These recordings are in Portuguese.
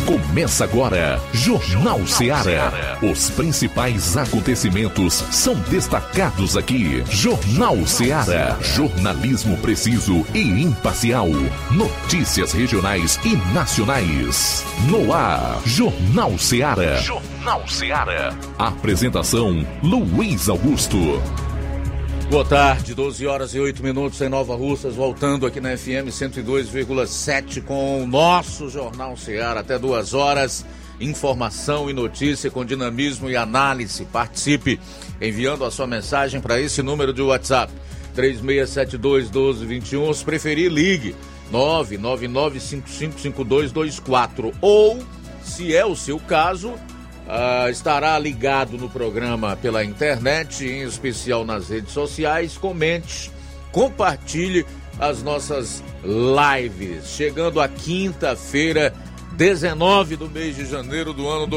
Começa agora, Jornal Ceará. Os principais acontecimentos são destacados aqui. Jornal Ceará. Jornalismo preciso e imparcial. Notícias regionais e nacionais. No ar, Jornal Ceará. Jornal Ceará. Apresentação, Luiz Augusto. Boa tarde, 12 horas e 8 minutos em Nova Russas, voltando aqui na FM 102,7 com o nosso Jornal Ceará, até 2 horas, informação e notícia com dinamismo e análise. Participe enviando a sua mensagem para esse número de WhatsApp, 3672-1221, se preferir ligue, 999555224, ou, se é o seu caso, estará ligado no programa pela internet, em especial nas redes sociais. Comente, compartilhe as nossas lives. Chegando a quinta-feira, 19 do mês de janeiro do ano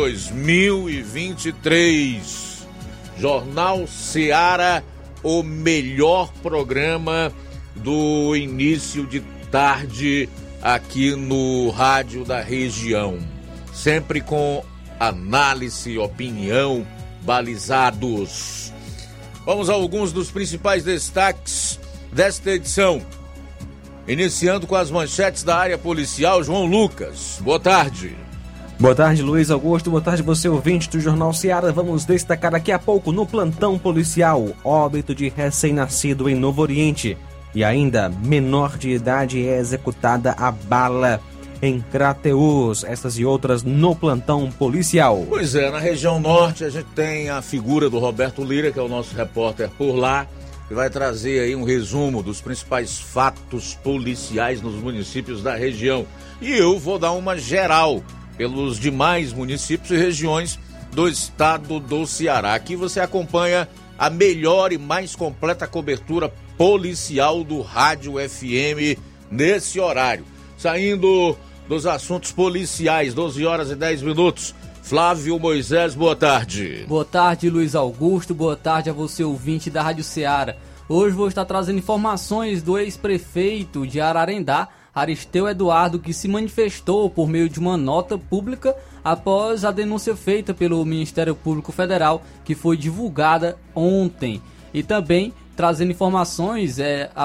2023. Jornal Ceará, o melhor programa do início de tarde aqui no rádio da região. Sempre com análise, opinião, balizados. Vamos a alguns dos principais destaques desta edição. Iniciando com as manchetes da área policial, João Lucas. Boa tarde. Boa tarde, Luiz Augusto. Boa tarde, você ouvinte do Jornal Ceará. Vamos destacar daqui a pouco no plantão policial: óbito de recém-nascido em Novo Oriente. E ainda, menor de idade é executada a bala em Crateús. Essas e outras no plantão policial. Pois é, na região norte a gente tem a figura do Roberto Lira, que é o nosso repórter por lá, que vai trazer aí um resumo dos principais fatos policiais nos municípios da região. E eu vou dar uma geral pelos demais municípios e regiões do estado do Ceará. Aqui você acompanha a melhor e mais completa cobertura policial do Rádio FM nesse horário. Saindo dos assuntos policiais, 12 horas e 10 minutos. Flávio Moisés, boa tarde. Boa tarde, Luiz Augusto. Boa tarde a você, ouvinte da Rádio Ceará. Hoje vou estar trazendo informações do ex-prefeito de Ararendá, Aristeu Eduardo, que se manifestou por meio de uma nota pública após a denúncia feita pelo Ministério Público Federal, que foi divulgada ontem. E também trazendo informações,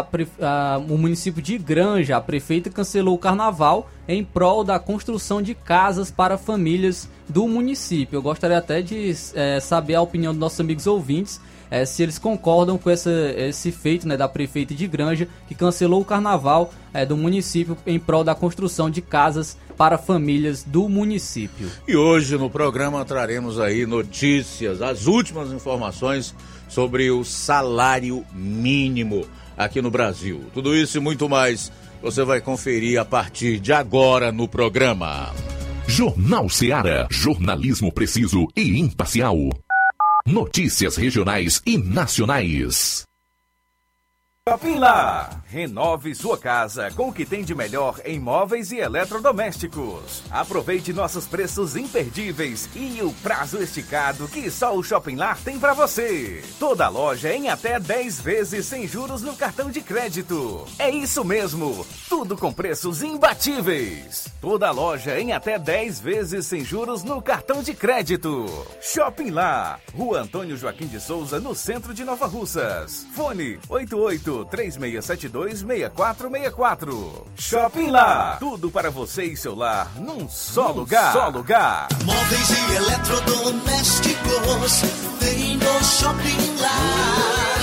o município de Granja, a prefeita cancelou o carnaval em prol da construção de casas para famílias do município. Eu gostaria até de saber a opinião dos nossos amigos ouvintes, se eles concordam com esse feito, né, da prefeita de Granja, que cancelou o carnaval do município em prol da construção de casas para famílias do município. E hoje no programa traremos aí notícias, as últimas informações sobre o salário mínimo aqui no Brasil. Tudo isso e muito mais você vai conferir a partir de agora no programa. Jornal Ceará. Jornalismo preciso e imparcial. Notícias regionais e nacionais. Shopping Lá. Renove sua casa com o que tem de melhor em móveis e eletrodomésticos. Aproveite nossos preços imperdíveis e o prazo esticado que só o Shopping Lá tem para você. Toda loja em até 10 vezes sem juros no cartão de crédito. É isso mesmo, tudo com preços imbatíveis. Toda loja em até 10 vezes sem juros no cartão de crédito. Shopping Lá, Rua Antônio Joaquim de Souza, no centro de Nova Russas. Fone 88-3672-6464. Shopping Lá, tudo para você e seu lar num só lugar. Móveis e eletrodomésticos vem no Shopping Lá.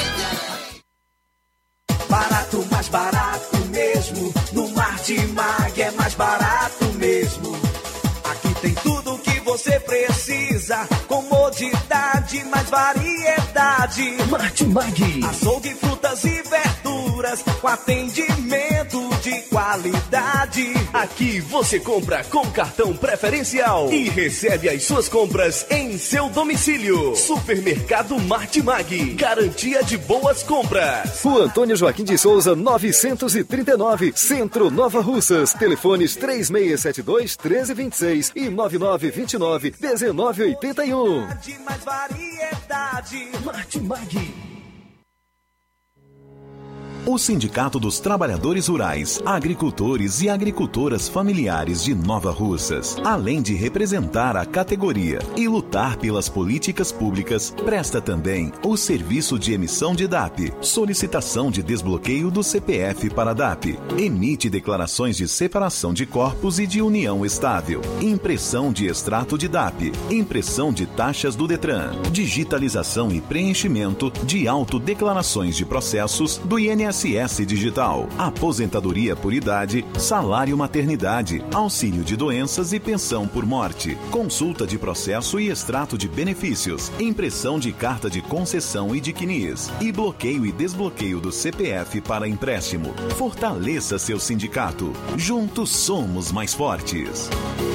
Barato, mais barato mesmo. No Martimag é mais barato mesmo. Aqui tem tudo o que você precisa. Comodidade, mais variedade. Martimag. Açougue, frutas e verduras com atendimento de qualidade. Aqui você compra com cartão preferencial e recebe as suas compras em seu domicílio. Supermercado Martimag, garantia de boas compras. Rua Antônio Joaquim de Souza, 939, Centro, Nova Russas. Telefones 3672-1326 e 9929-1981. Mais variedade. Martimag. O Sindicato dos Trabalhadores Rurais, Agricultores e Agricultoras Familiares de Nova Russas, além de representar a categoria e lutar pelas políticas públicas, presta também o serviço de emissão de DAP, solicitação de desbloqueio do CPF para DAP, emite declarações de separação de corpos e de união estável, impressão de extrato de DAP, impressão de taxas do Detran, digitalização e preenchimento de autodeclarações de processos do INSS Digital, aposentadoria por idade, salário maternidade, auxílio de doenças e pensão por morte, consulta de processo e extrato de benefícios, impressão de carta de concessão e de CNIS, e bloqueio e desbloqueio do CPF para empréstimo. Fortaleça seu sindicato. Juntos somos mais fortes.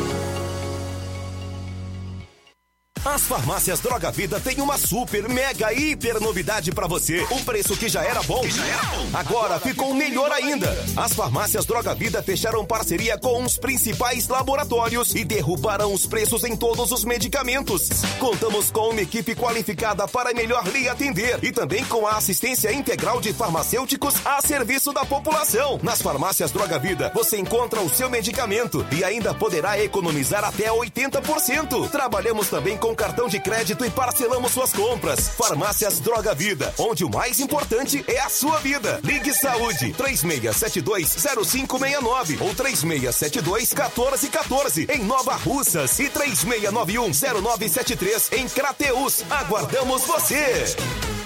As farmácias Droga Vida têm uma super, mega, hiper novidade pra você. Um preço que já era bom, agora ficou melhor ainda. As farmácias Droga Vida fecharam parceria com os principais laboratórios e derrubaram os preços em todos os medicamentos. Contamos com uma equipe qualificada para melhor lhe atender e também com a assistência integral de farmacêuticos a serviço da população. Nas farmácias Droga Vida, você encontra o seu medicamento e ainda poderá economizar até 80%. Trabalhamos também com cartão de crédito e parcelamos suas compras. Farmácias Droga Vida, onde o mais importante é a sua vida. Ligue Saúde 36720569 ou 36721414 em Nova Russas e 36910973 em Crateús. Aguardamos você!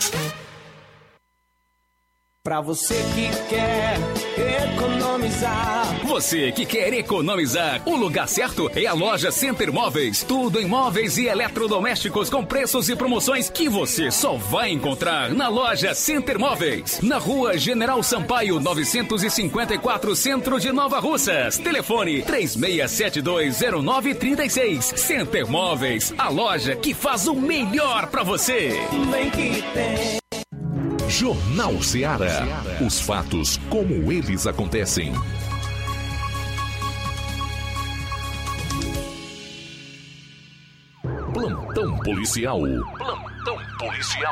Pra você que quer economizar. Você que quer economizar, o lugar certo é a loja Center Móveis. Tudo em móveis e eletrodomésticos com preços e promoções que você só vai encontrar na loja Center Móveis. Na rua General Sampaio, 954, Centro de Nova Russas. Telefone 36720936. Center Móveis, a loja que faz o melhor pra você. Bem que tem. Jornal Ceará. Os fatos como eles acontecem. Plantão policial. Plantão policial.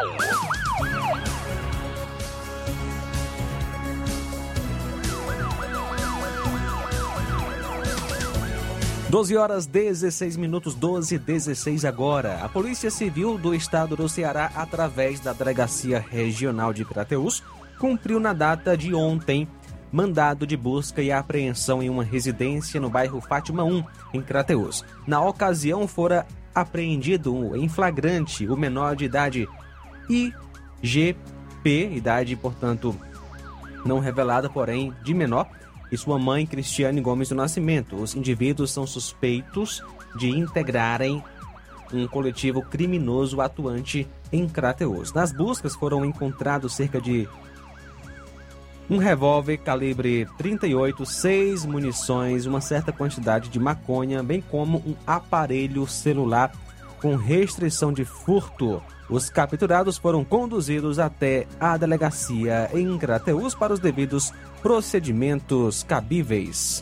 12h16, 12h16 agora. A Polícia Civil do Estado do Ceará, através da Delegacia Regional de Crateús, cumpriu na data de ontem mandado de busca e apreensão em uma residência no bairro Fátima 1, em Crateús. Na ocasião, fora apreendido em flagrante o menor de idade IGP, idade, portanto, não revelada, porém, de menor, e sua mãe, Cristiane Gomes do Nascimento. Os indivíduos são suspeitos de integrarem um coletivo criminoso atuante em Crateús. Nas buscas foram encontrados cerca de um revólver calibre 38, 6 munições, uma certa quantidade de maconha, bem como um aparelho celular com restrição de furto. Os capturados foram conduzidos até a delegacia em Crateús para os devidos procedimentos cabíveis.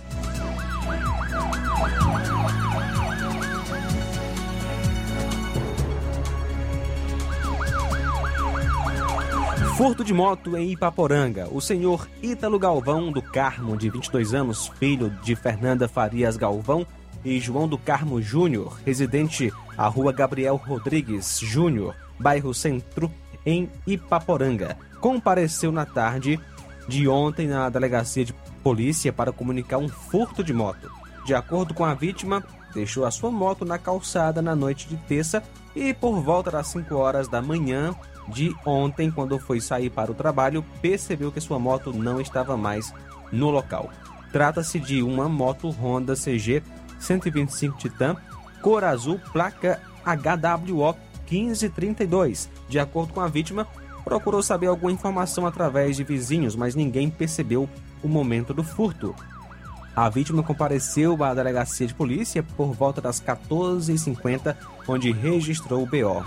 Furto de moto em Ipaporanga. O senhor Ítalo Galvão do Carmo, de 22 anos, filho de Fernanda Farias Galvão e João do Carmo Júnior, residente à rua Gabriel Rodrigues Júnior, bairro Centro, em Ipaporanga, compareceu na tarde de ontem na delegacia de polícia para comunicar um furto de moto. De acordo com a vítima, deixou a sua moto na calçada na noite de terça e por volta das 5 horas da manhã de ontem, quando foi sair para o trabalho, percebeu que sua moto não estava mais no local. Trata-se de uma moto Honda CG 125 Titan, cor azul, placa HWO 1532. De acordo com a vítima, procurou saber alguma informação através de vizinhos, mas ninguém percebeu o momento do furto. A vítima compareceu à delegacia de polícia por volta das 14h50, onde registrou o BO.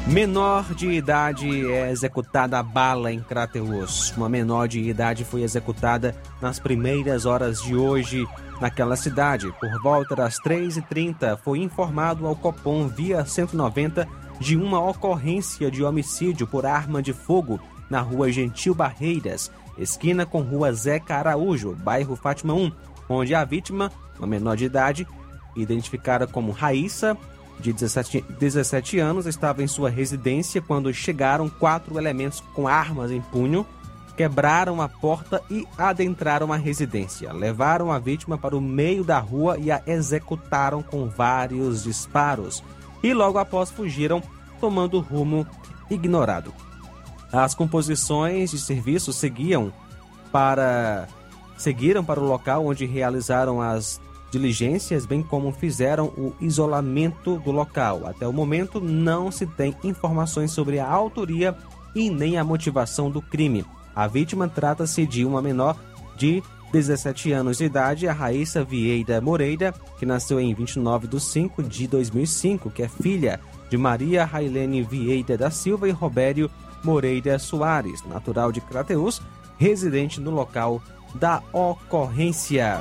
Menor de idade é executada a bala em Crateús. Uma menor de idade foi executada nas primeiras horas de hoje naquela cidade. Por volta das 3h30, foi informado ao Copom via 190 de uma ocorrência de homicídio por arma de fogo na rua Gentil Barreiras, esquina com rua Zeca Araújo, bairro Fátima 1, onde a vítima, uma menor de idade, identificada como Raíssa, de 17 anos, estava em sua residência quando chegaram 4 elementos com armas em punho, quebraram a porta e adentraram a residência. Levaram a vítima para o meio da rua e a executaram com vários disparos. E logo após fugiram, tomando rumo ignorado. As composições de serviço seguiram para o local onde realizaram as diligências, bem como fizeram o isolamento do local. Até o momento, não se tem informações sobre a autoria e nem a motivação do crime. A vítima trata-se de uma menor de 17 anos de idade, a Raíssa Vieira Moreira, que nasceu em 29/5/2005, que é filha de Maria Railene Vieira da Silva e Robério Moreira Soares, natural de Crateús, residente no local da ocorrência.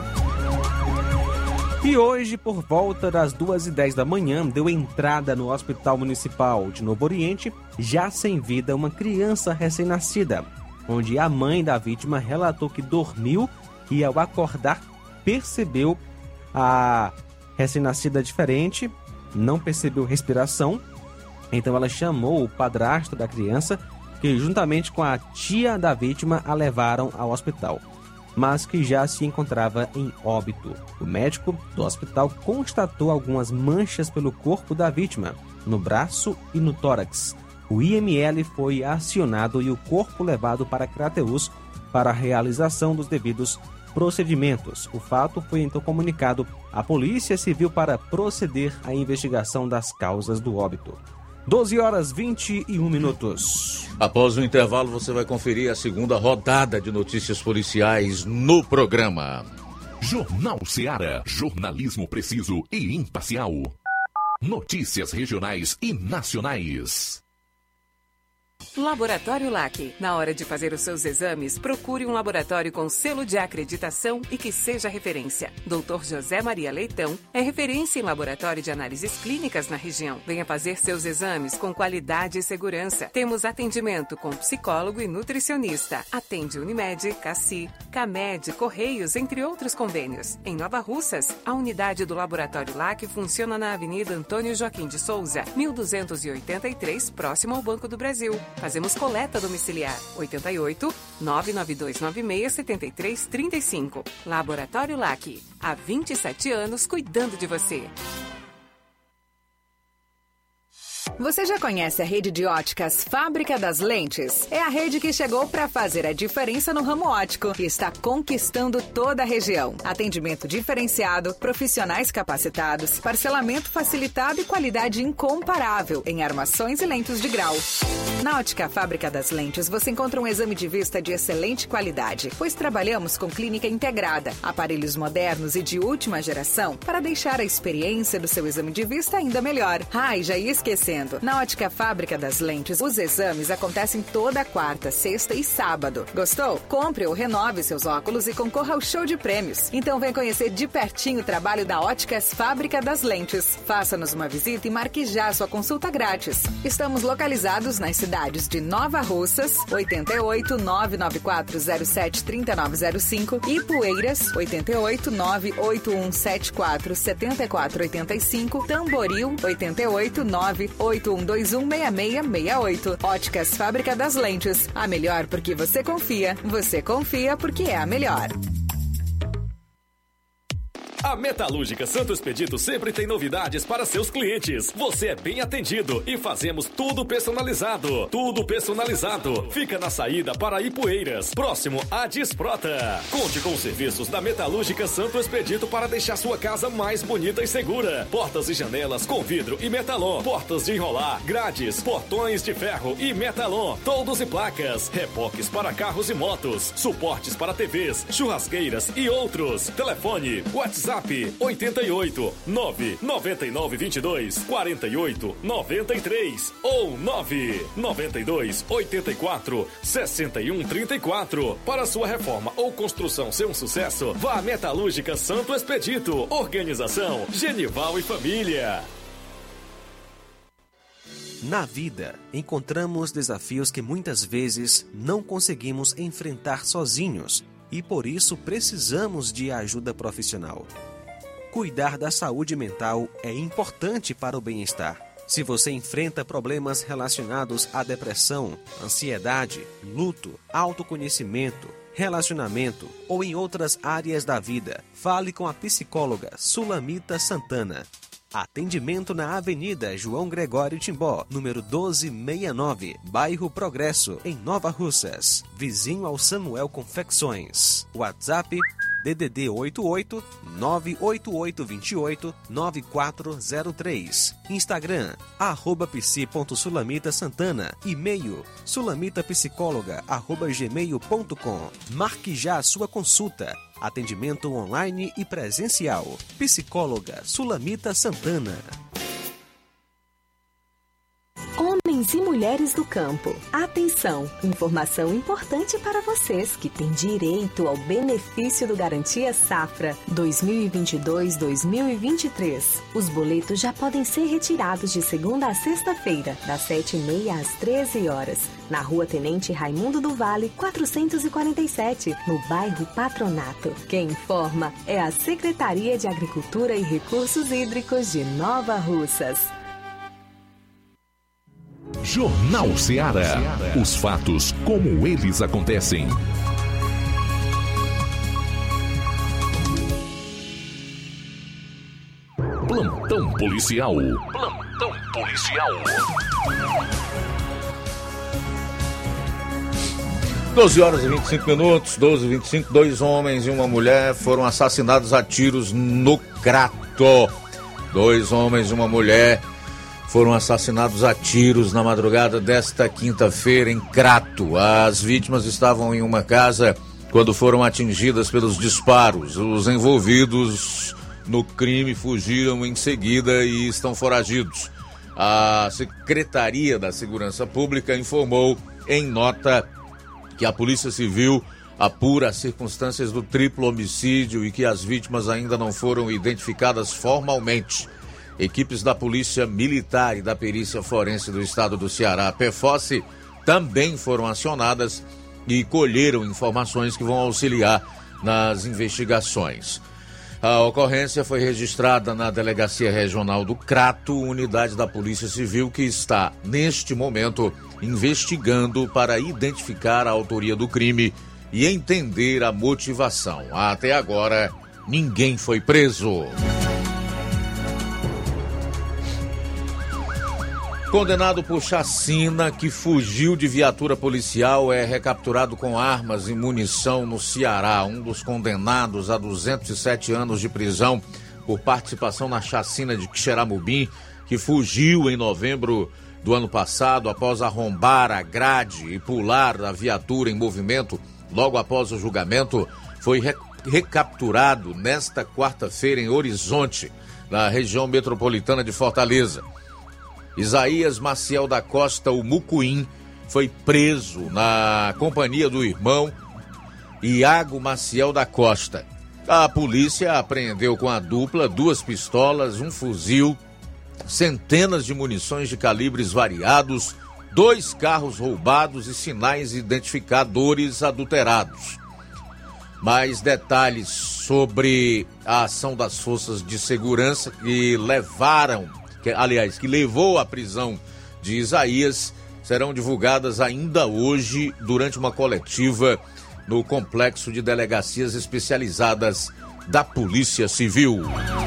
E hoje, por volta das 2h10 da manhã, deu entrada no Hospital Municipal de Novo Oriente, já sem vida, uma criança recém-nascida, onde a mãe da vítima relatou que dormiu e, ao acordar, percebeu a recém-nascida diferente, não percebeu respiração. Então ela chamou o padrasto da criança, que juntamente com a tia da vítima a levaram ao hospital, mas que já se encontrava em óbito. O médico do hospital constatou algumas manchas pelo corpo da vítima, no braço e no tórax. O IML foi acionado e o corpo levado para Crateús para a realização dos devidos procedimentos. O fato foi então comunicado à Polícia Civil para proceder à investigação das causas do óbito. 12h21. Após o intervalo, você vai conferir a segunda rodada de notícias policiais no programa. Jornal Ceará. Jornalismo preciso e imparcial. Notícias regionais e nacionais. Laboratório LAC. Na hora de fazer os seus exames, procure um laboratório com selo de acreditação e que seja referência. Dr. José Maria Leitão é referência em laboratório de análises clínicas na região. Venha fazer seus exames com qualidade e segurança. Temos atendimento com psicólogo e nutricionista. Atende Unimed, Cassi, Camed, Correios, entre outros convênios. Em Nova Russas, a unidade do Laboratório LAC funciona na Avenida Antônio Joaquim de Souza, 1283, próximo ao Banco do Brasil. Fazemos coleta domiciliar. 88 99296 7335. Laboratório LAC. Há 27 anos cuidando de você. Você já conhece a rede de óticas Fábrica das Lentes? É a rede que chegou para fazer a diferença no ramo óptico e está conquistando toda a região. Atendimento diferenciado, profissionais capacitados, parcelamento facilitado e qualidade incomparável em armações e lentes de grau. Na Ótica Fábrica das Lentes, você encontra um exame de vista de excelente qualidade, pois trabalhamos com clínica integrada, aparelhos modernos e de última geração para deixar a experiência do seu exame de vista ainda melhor. E já ia esquecendo. Na Ótica Fábrica das Lentes, os exames acontecem toda quarta, sexta e sábado. Gostou? Compre ou renove seus óculos e concorra ao show de prêmios. Então vem conhecer de pertinho o trabalho da Óticas Fábrica das Lentes. Faça-nos uma visita e marque já sua consulta grátis. Estamos localizados nas cidades de Nova Russas, 88 99407 3905 e Poeiras, 88 98174 7485, Tamboril, 88 981216668. Óticas Fábrica das Lentes. A melhor porque você confia. Você confia porque é a melhor. A Metalúrgica Santo Expedito sempre tem novidades para seus clientes. Você é bem atendido e fazemos tudo personalizado. Tudo personalizado. Fica na saída para Ipueiras, próximo a Desprota. Conte com os serviços da Metalúrgica Santo Expedito para deixar sua casa mais bonita e segura. Portas e janelas com vidro e metalon. Portas de enrolar, grades, portões de ferro e metalon. Toldos e placas. Reboques para carros e motos. Suportes para TVs, churrasqueiras e outros. Telefone, WhatsApp WhatsApp 88 999 22 48 93 ou 992 84 61 34. Para sua reforma ou construção ser um sucesso, vá à Metalúrgica Santo Expedito. Organização Genival e Família. Na vida, encontramos desafios que muitas vezes não conseguimos enfrentar sozinhos e por isso precisamos de ajuda profissional. Cuidar da saúde mental é importante para o bem-estar. Se você enfrenta problemas relacionados à depressão, ansiedade, luto, autoconhecimento, relacionamento ou em outras áreas da vida, fale com a psicóloga Sulamita Santana. Atendimento na Avenida João Gregório Timbó, número 1269, bairro Progresso, em Nova Russas, vizinho ao Samuel Confecções. WhatsApp DDD 88 98828 9403. Instagram @psi.sulamitasantana. E-mail sulamitapsicóloga@gmail.com. Marque já a sua consulta. Atendimento online e presencial. Psicóloga Sulamita Santana. Homens e mulheres do campo, atenção! Informação importante para vocês que têm direito ao benefício do Garantia Safra 2022-2023. Os boletos já podem ser retirados de segunda a sexta-feira, das 7h30 às 13 horas, na Rua Tenente Raimundo do Vale, 447, no bairro Patronato. Quem informa é a Secretaria de Agricultura e Recursos Hídricos de Nova Russas. Jornal Ceará. Os fatos como eles acontecem. Plantão policial. Plantão policial. 12h25, 12h25, 2 homens e uma mulher foram assassinados a tiros no Crato. 2 homens e uma mulher foram assassinados a tiros na madrugada desta quinta-feira em Crato. As vítimas estavam em uma casa quando foram atingidas pelos disparos. Os envolvidos no crime fugiram em seguida e estão foragidos. A Secretaria da Segurança Pública informou em nota que a Polícia Civil apura as circunstâncias do triplo homicídio e que as vítimas ainda não foram identificadas formalmente. Equipes da Polícia Militar e da Perícia Forense do Estado do Ceará, PFOSSE, também foram acionadas e colheram informações que vão auxiliar nas investigações. A ocorrência foi registrada na Delegacia Regional do Crato, unidade da Polícia Civil que está, neste momento, investigando para identificar a autoria do crime e entender a motivação. Até agora, ninguém foi preso. Condenado por chacina que fugiu de viatura policial é recapturado com armas e munição no Ceará. Um dos condenados a 207 anos de prisão por participação na chacina de Quixeramobim, que fugiu em novembro do ano passado após arrombar a grade e pular a viatura em movimento logo após o julgamento, foi recapturado nesta quarta-feira em Horizonte, na região metropolitana de Fortaleza. Isaías Maciel da Costa, o Mucuim, foi preso na companhia do irmão Iago Maciel da Costa. A polícia apreendeu com a dupla 2 pistolas, um fuzil, centenas de munições de calibres variados, 2 carros roubados e sinais identificadores adulterados. Mais detalhes sobre a ação das forças de segurança que levou à prisão de Isaías, serão divulgadas ainda hoje durante uma coletiva no complexo de delegacias especializadas da Polícia Civil.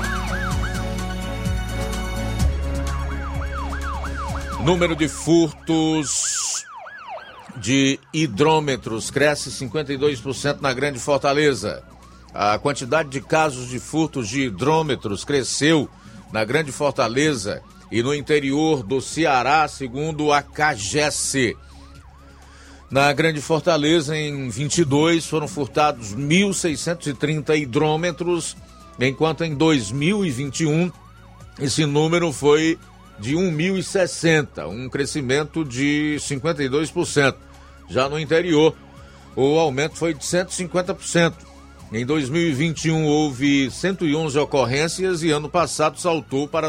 Número de furtos de hidrômetros cresce 52% na Grande Fortaleza. A quantidade de casos de furtos de hidrômetros cresceu na Grande Fortaleza e no interior do Ceará, segundo a CAGES. Na Grande Fortaleza, em 22, foram furtados 1.630 hidrômetros enquanto em 2021 esse número foi de 1.060, um crescimento de 52%. Já no interior, o aumento foi de 150%. Em 2021 houve 111 ocorrências e ano passado saltou para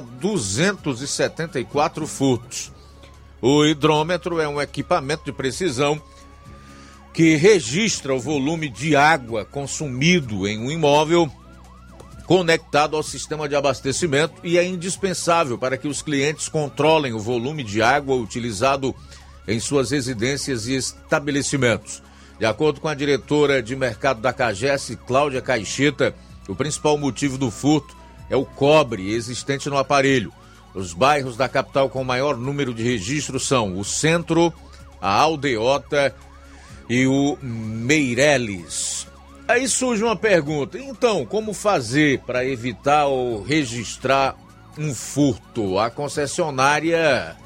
274 furtos. O hidrômetro é um equipamento de precisão que registra o volume de água consumido em um imóvel conectado ao sistema de abastecimento e é indispensável para que os clientes controlem o volume de água utilizado em suas residências e estabelecimentos. De acordo com a diretora de mercado da CAGES, Cláudia Caixeta, o principal motivo do furto é o cobre existente no aparelho. Os bairros da capital com maior número de registros são o Centro, a Aldeota e o Meireles. Aí surge uma pergunta, então, como fazer para evitar ou registrar um furto? A concessionária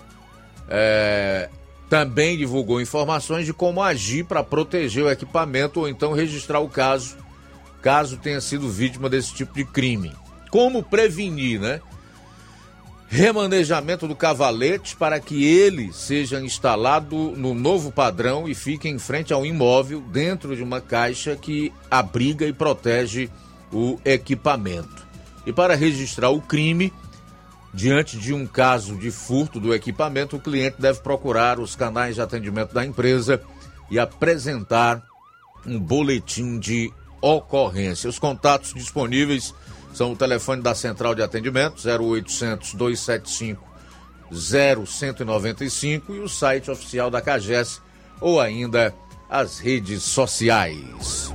também divulgou informações de como agir para proteger o equipamento ou então registrar o caso tenha sido vítima desse tipo de crime. Como prevenir, né? Remanejamento do cavalete para que ele seja instalado no novo padrão e fique em frente ao imóvel dentro de uma caixa que abriga e protege o equipamento. E para registrar o crime, diante de um caso de furto do equipamento, o cliente deve procurar os canais de atendimento da empresa e apresentar um boletim de ocorrência. Os contatos disponíveis são o telefone da Central de Atendimento, 0800-275-0195 e o site oficial da CAGES ou ainda as redes sociais.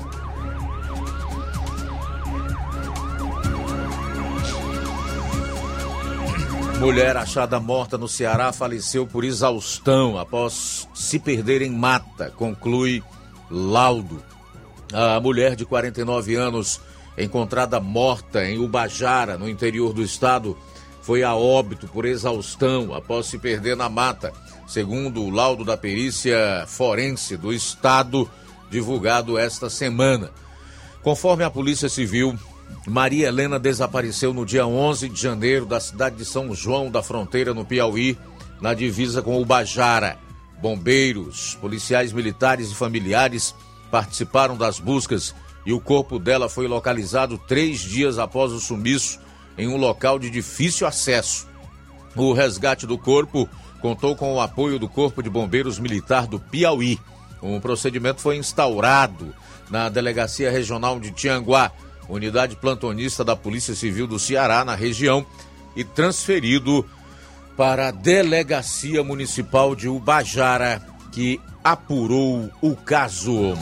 Mulher achada morta no Ceará faleceu por exaustão após se perder em mata, conclui laudo. A mulher de 49 anos, encontrada morta em Ubajara, no interior do estado, foi a óbito por exaustão após se perder na mata, segundo o laudo da perícia forense do estado, divulgado esta semana. Conforme a Polícia Civil, Maria Helena desapareceu no dia 11 de janeiro da cidade de São João da Fronteira, no Piauí, na divisa com Ubajara. Bombeiros, policiais militares e familiares participaram das buscas e o corpo dela foi localizado 3 dias após o sumiço em um local de difícil acesso. O resgate do corpo contou com o apoio do Corpo de Bombeiros Militar do Piauí. Um procedimento foi instaurado na Delegacia Regional de Tianguá, unidade plantonista da Polícia Civil do Ceará, na região, e transferido para a Delegacia Municipal de Ubajara, que apurou o caso.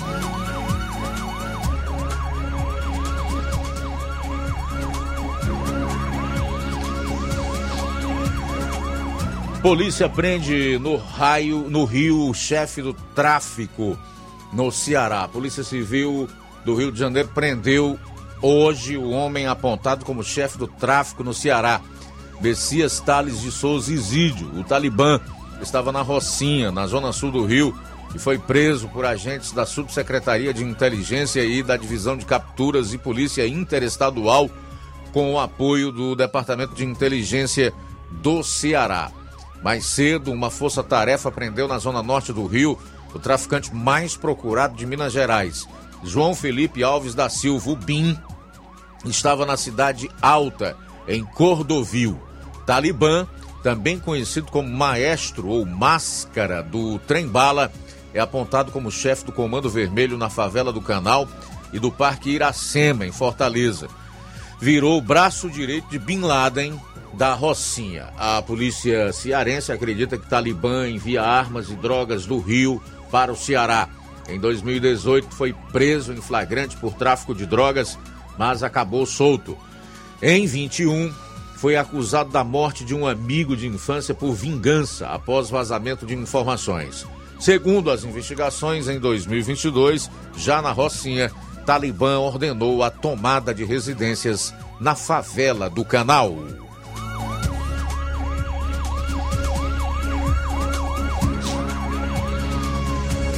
Polícia prende no Rio o chefe do tráfico no Ceará. A Polícia Civil do Rio de Janeiro prendeu hoje o homem apontado como chefe do tráfico no Ceará, Messias Tales de Souza Isídio. O Talibã estava na Rocinha, na zona sul do Rio, e foi preso por agentes da Subsecretaria de Inteligência e da Divisão de Capturas e Polícia Interestadual, com o apoio do Departamento de Inteligência do Ceará. Mais cedo, uma força-tarefa prendeu na zona norte do Rio o traficante mais procurado de Minas Gerais. João Felipe Alves da Silva, o BIM, estava na Cidade Alta, em Cordovil. Talibã, também conhecido como Maestro ou Máscara do Trem-Bala, é apontado como chefe do Comando Vermelho na favela do Canal e do Parque Iracema, em Fortaleza. Virou o braço direito de Bin Laden da Rocinha. A polícia cearense acredita que Talibã envia armas e drogas do Rio para o Ceará. Em 2018 foi preso em flagrante por tráfico de drogas, mas acabou solto. Em 21 foi acusado da morte de um amigo de infância por vingança após vazamento de informações. Segundo as investigações, em 2022, já na Rocinha, Talibã ordenou a tomada de residências na favela do Canal.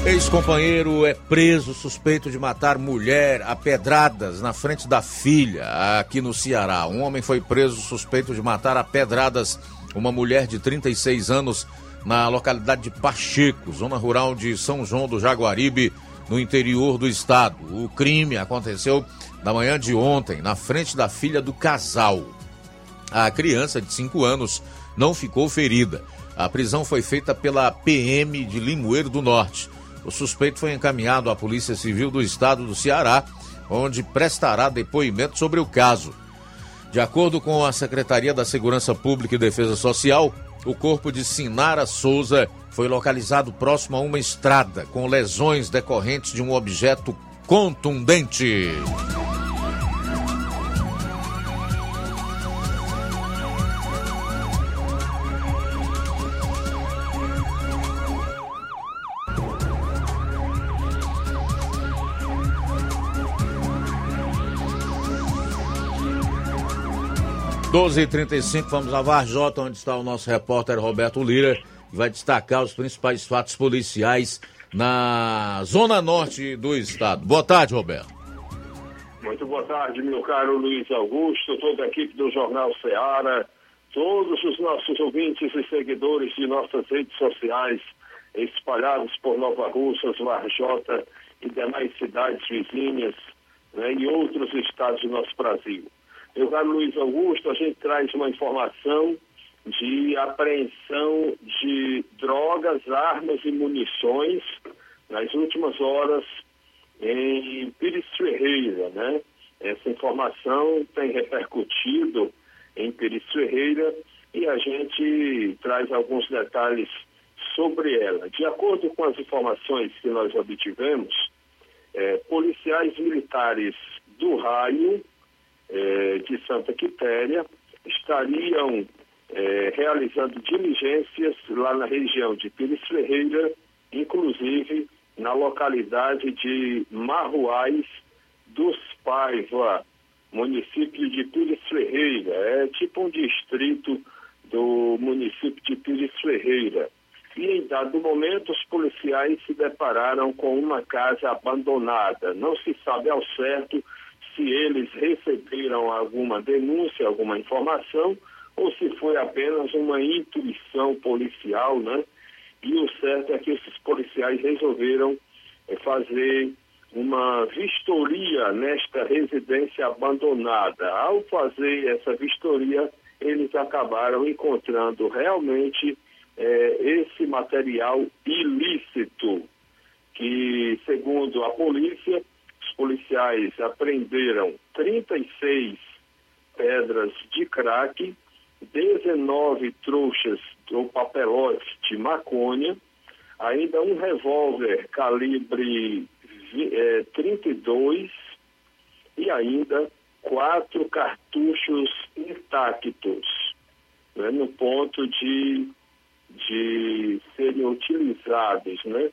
Ex-companheiro é preso suspeito de matar mulher a pedradas na frente da filha, aqui no Ceará. Um homem foi preso suspeito de matar a pedradas uma mulher de 36 anos na localidade de Pacheco, zona rural de São João do Jaguaribe, no interior do estado. O crime aconteceu na manhã de ontem, na frente da filha do casal. A criança de 5 anos não ficou ferida. A prisão foi feita pela PM de Limoeiro do Norte. O suspeito foi encaminhado à Polícia Civil do Estado do Ceará, onde prestará depoimento sobre o caso. De acordo com a Secretaria da Segurança Pública e Defesa Social, o corpo de Sinara Souza foi localizado próximo a uma estrada, com lesões decorrentes de um objeto contundente. (12h35), vamos a Varjota, onde está o nosso repórter Roberto Lira, que vai destacar os principais fatos policiais na zona norte do estado. Boa tarde, Roberto. Muito boa tarde, meu caro Luiz Augusto, toda a equipe do Jornal Ceará, todos os nossos ouvintes e seguidores de nossas redes sociais espalhados por Nova Russas, Varjota e demais cidades vizinhas, né, e outros estados do nosso Brasil. Meu caro Luiz Augusto, a gente traz uma informação de apreensão de drogas, armas e munições nas últimas horas em Pires Ferreira, né? Essa informação tem repercutido em Pires Ferreira e a gente traz alguns detalhes sobre ela. De acordo com as informações que nós obtivemos, policiais militares do Raio de Santa Quitéria estariam realizando diligências lá na região de Pires Ferreira, inclusive na localidade de Marruais dos Paiva, município de Pires Ferreira. É tipo um distrito do município de Pires Ferreira. E em dado momento os policiais se depararam com uma casa abandonada. Não se sabe ao certo se eles receberam alguma denúncia, alguma informação, ou se foi apenas uma intuição policial, né? E o certo é que esses policiais resolveram fazer uma vistoria nesta residência abandonada. Ao fazer essa vistoria, eles acabaram encontrando realmente esse material ilícito, que, segundo a polícia, os policiais apreenderam 36 pedras de crack, 19 trouxas ou papelotes de maconha, ainda um revólver calibre 32 e ainda 4 cartuchos intactos, né, no ponto de serem utilizados, né?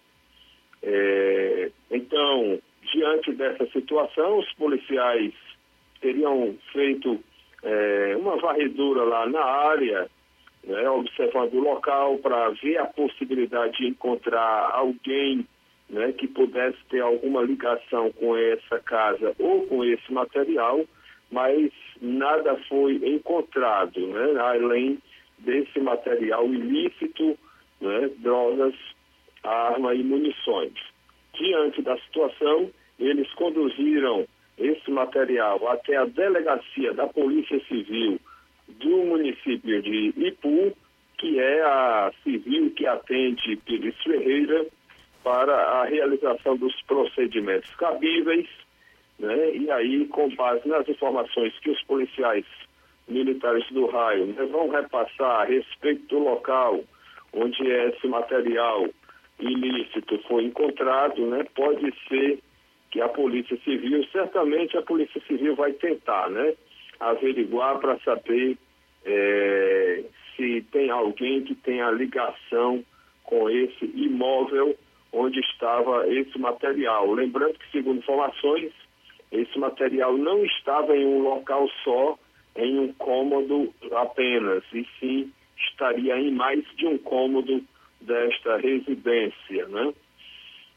Então, diante dessa situação, os policiais teriam feito uma varredura lá na área, né, observando o local para ver a possibilidade de encontrar alguém, né, que pudesse ter alguma ligação com essa casa ou com esse material, mas nada foi encontrado, né, além desse material ilícito, né, drogas, arma e munições. Diante da situação, eles conduziram esse material até a delegacia da Polícia Civil do município de Ipu, que é a civil que atende Pires Ferreira, para a realização dos procedimentos cabíveis, né? E aí, com base nas informações que os policiais militares do Raio, né, vão repassar a respeito do local onde esse material ilícito foi encontrado, né, pode ser que a Polícia Civil, certamente a Polícia Civil vai tentar, né, averiguar para saber se tem alguém que tenha ligação com esse imóvel onde estava esse material. Lembrando que, segundo informações, esse material não estava em um local só, em um cômodo apenas, e sim estaria em mais de um cômodo desta residência, né?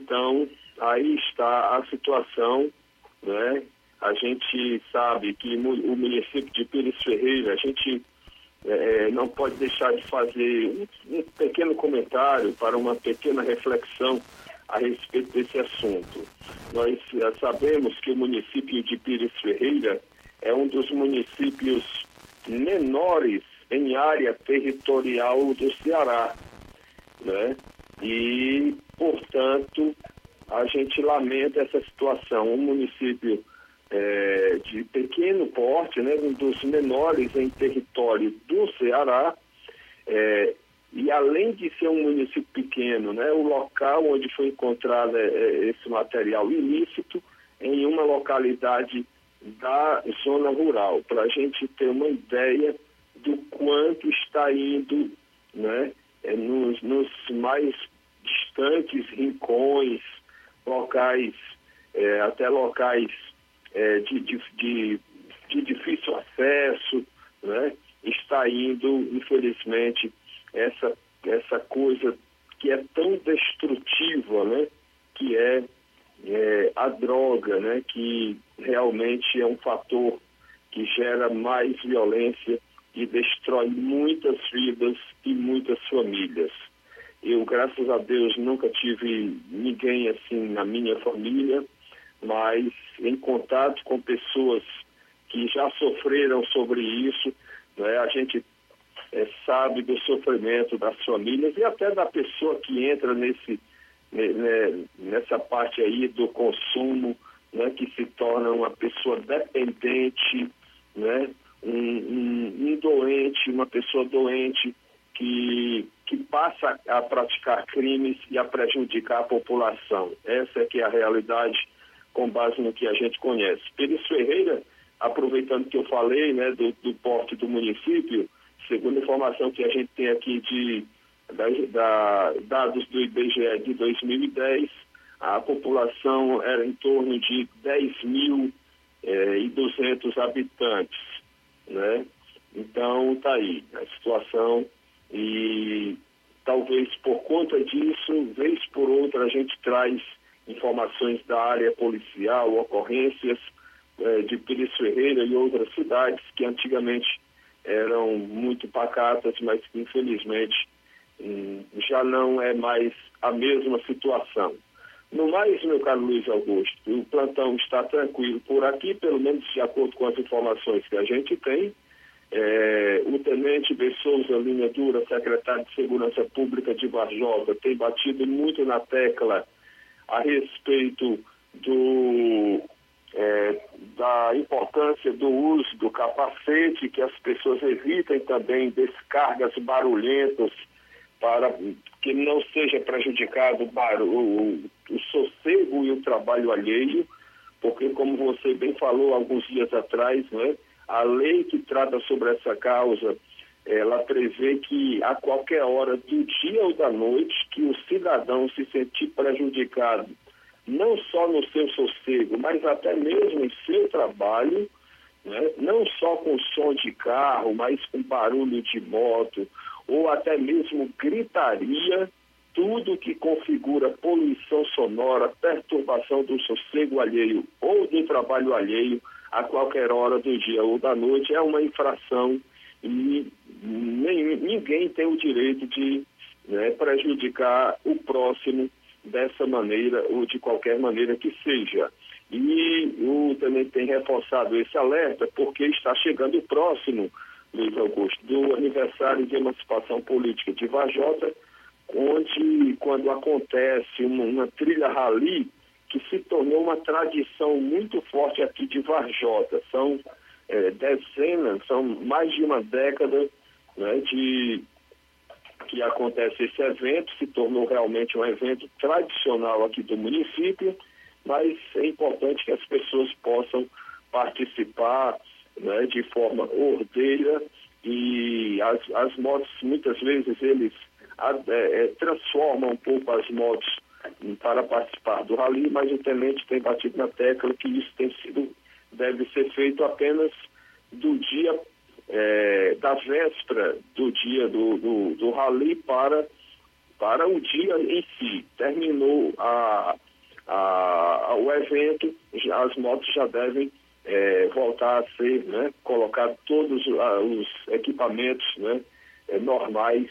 Então, aí está a situação, né? A gente sabe que o município de Pires Ferreira, a gente não pode deixar de fazer um pequeno comentário para uma pequena reflexão a respeito desse assunto. Nós sabemos que o município de Pires Ferreira é um dos municípios menores em área territorial do Ceará, né? E, portanto, a gente lamenta essa situação. Um município de pequeno porte, né, um dos menores em território do Ceará, e além de ser um município pequeno, né, o local onde foi encontrado esse material ilícito em uma localidade da zona rural, para a gente ter uma ideia do quanto está indo, né, nos mais distantes rincões, locais, até locais de difícil acesso, né? Está indo, infelizmente, essa coisa que é tão destrutiva, né? Que é a droga, né? Que realmente é um fator que gera mais violência e destrói muitas vidas e muitas famílias. Eu, graças a Deus, nunca tive ninguém assim na minha família, mas em contato com pessoas que já sofreram sobre isso, né, a gente sabe do sofrimento das famílias e até da pessoa que entra nessa parte aí do consumo, né, que se torna uma pessoa dependente, né, um doente, uma pessoa doente que passa a praticar crimes e a prejudicar a população. Essa é que é a realidade com base no que a gente conhece. Pires Ferreira, aproveitando que eu falei, né, do porte do município, segundo a informação que a gente tem aqui dados do IBGE de 2010, a população era em torno de 10.200 habitantes, né? Então, está aí a situação e talvez por conta disso, vez por outra, a gente traz informações da área policial, ocorrências de Pires Ferreira e outras cidades que antigamente eram muito pacatas, mas que infelizmente já não é mais a mesma situação. No mais, meu caro Luiz Augusto, o plantão está tranquilo por aqui, pelo menos de acordo com as informações que a gente tem. O tenente B. Souza Linha Dura, secretário de Segurança Pública de Varjota, tem batido muito na tecla a respeito da importância do uso do capacete, que as pessoas evitem também descargas barulhentas para que não seja prejudicado o sossego e o trabalho alheio, porque, como você bem falou alguns dias atrás, né, a lei que trata sobre essa causa, ela prevê que a qualquer hora do dia ou da noite que o cidadão se sentir prejudicado, não só no seu sossego, mas até mesmo em seu trabalho, né? Não só com som de carro, mas com barulho de moto, ou até mesmo gritaria, tudo que configura poluição sonora, perturbação do sossego alheio ou do trabalho alheio a qualquer hora do dia ou da noite é uma infração e ninguém tem o direito de, né, prejudicar o próximo dessa maneira ou de qualquer maneira que seja. E eu também tenho reforçado esse alerta porque está chegando próximo, Luiz Augusto, do aniversário de emancipação política de Varjota, onde, quando acontece uma trilha rally, que se tornou uma tradição muito forte aqui de Varjota. São dezenas, são mais de uma década, né, que acontece esse evento, se tornou realmente um evento tradicional aqui do município, mas é importante que as pessoas possam participar, né, de forma ordeira, e as motos, muitas vezes, eles transformam um pouco as motos para participar do rally, mas o tenente tem batido na tecla que isso deve ser feito apenas do dia, da véspera do dia do rally para para o dia em si. Terminou o evento, as motos já devem voltar a ser, né, colocar todos os equipamentos, né, normais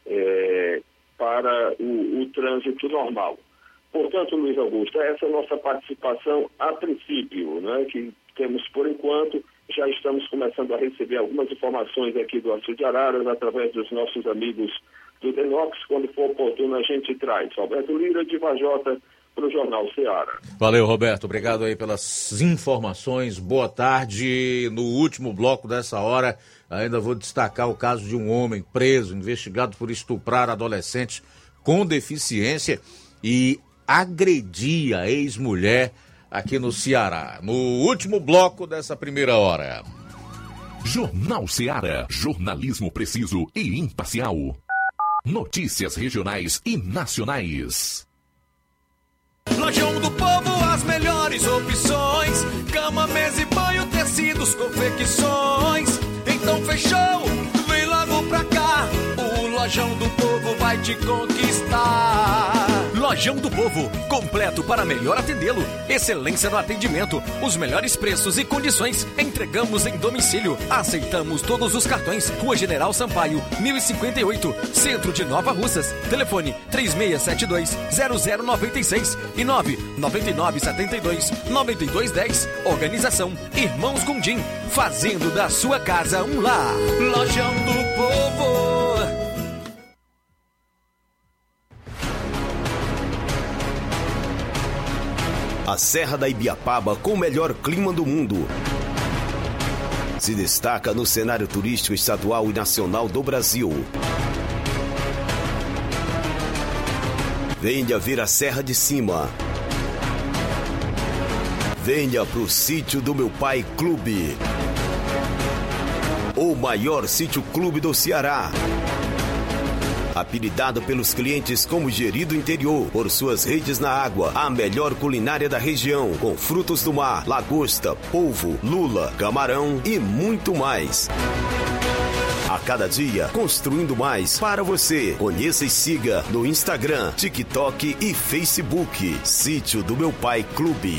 para o trânsito normal. Portanto, Luiz Augusto, essa é a nossa participação a princípio, né, que temos por enquanto. Já estamos começando a receber algumas informações aqui do Açude de Araras através dos nossos amigos do Denox. Quando for oportuno, a gente traz. Roberto Lira, de Vajota, para o Jornal Ceará. Valeu, Roberto. Obrigado aí pelas informações. Boa tarde. No último bloco dessa hora, ainda vou destacar o caso de um homem preso, investigado por estuprar adolescente com deficiência e agredir a ex-mulher aqui no Ceará. No último bloco dessa primeira hora. Jornal Ceará. Jornalismo preciso e imparcial. Notícias regionais e nacionais. Lojão do Povo, as melhores opções: cama, mesa e banho, tecidos, confecções. Então fechou, vem logo pra cá. O Lojão do Povo vai te conquistar. Lojão do Povo, completo para melhor atendê-lo. Excelência no atendimento, os melhores preços e condições. Entregamos em domicílio. Aceitamos todos os cartões. Rua General Sampaio, 1058, Centro de Nova Russas. Telefone 3672-0096 e 99972-9210. Organização Irmãos Gondim, fazendo da sua casa um lar. Lojão do Povo. A Serra da Ibiapaba, com o melhor clima do mundo, se destaca no cenário turístico estadual e nacional do Brasil. Venha ver a Serra de Cima. Venha pro Sítio do Meu Pai Clube, o maior sítio clube do Ceará. Apelidado pelos clientes como Gerido Interior, por suas redes na água, a melhor culinária da região, com frutos do mar, lagosta, polvo, lula, camarão e muito mais. A cada dia, construindo mais para você. Conheça e siga no Instagram, TikTok e Facebook. Sítio do Meu Pai Clube.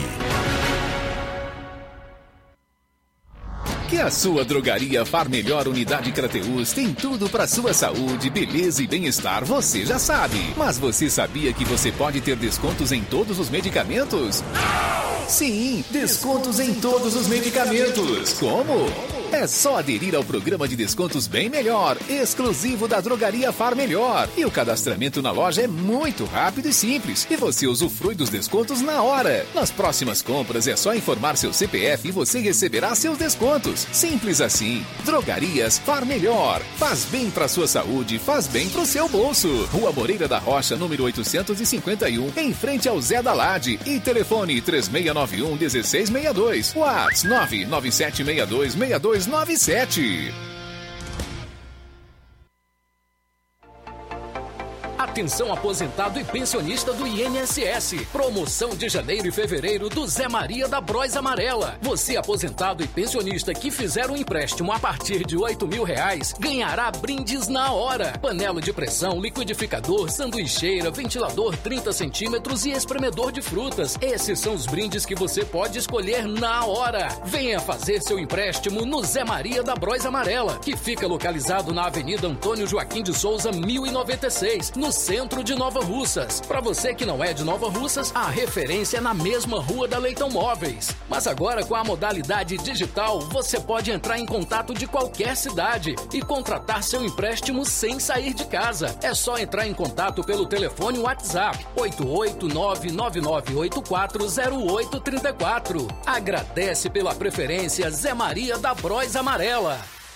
Que a sua drogaria Far Melhor Unidade Crateús tem tudo para sua saúde, beleza e bem-estar, você já sabe. Mas você sabia que você pode ter descontos em todos os medicamentos? Sim, descontos em todos os medicamentos. Como? É só aderir ao programa de descontos Bem Melhor, exclusivo da Drogaria Far Melhor. E o cadastramento na loja é muito rápido e simples. E você usufrui dos descontos na hora. Nas próximas compras é só informar seu CPF e você receberá seus descontos. Simples assim. Drogarias Far Melhor. Faz bem pra sua saúde, faz bem pro seu bolso. Rua Moreira da Rocha, número 851, em frente ao Zé da Lade. E telefone 3691-1662. WhatsApp 997626297. Atenção aposentado e pensionista do INSS. Promoção de janeiro e fevereiro do Zé Maria da Bróis Amarela. Você aposentado e pensionista que fizer um empréstimo a partir de R$8.000 ganhará brindes na hora. Panela de pressão, liquidificador, sanduicheira, ventilador 30 centímetros e espremedor de frutas. Esses são os brindes que você pode escolher na hora. Venha fazer seu empréstimo no Zé Maria da Bróis Amarela, que fica localizado na Avenida Antônio Joaquim de Souza, 1096, no centro de Nova Russas. Para você que não é de Nova Russas, a referência é na mesma rua da Leitão Móveis. Mas agora com a modalidade digital, você pode entrar em contato de qualquer cidade e contratar seu empréstimo sem sair de casa. É só entrar em contato pelo telefone WhatsApp 88999840834. Agradece pela preferência Zé Maria da Bróis Amarela.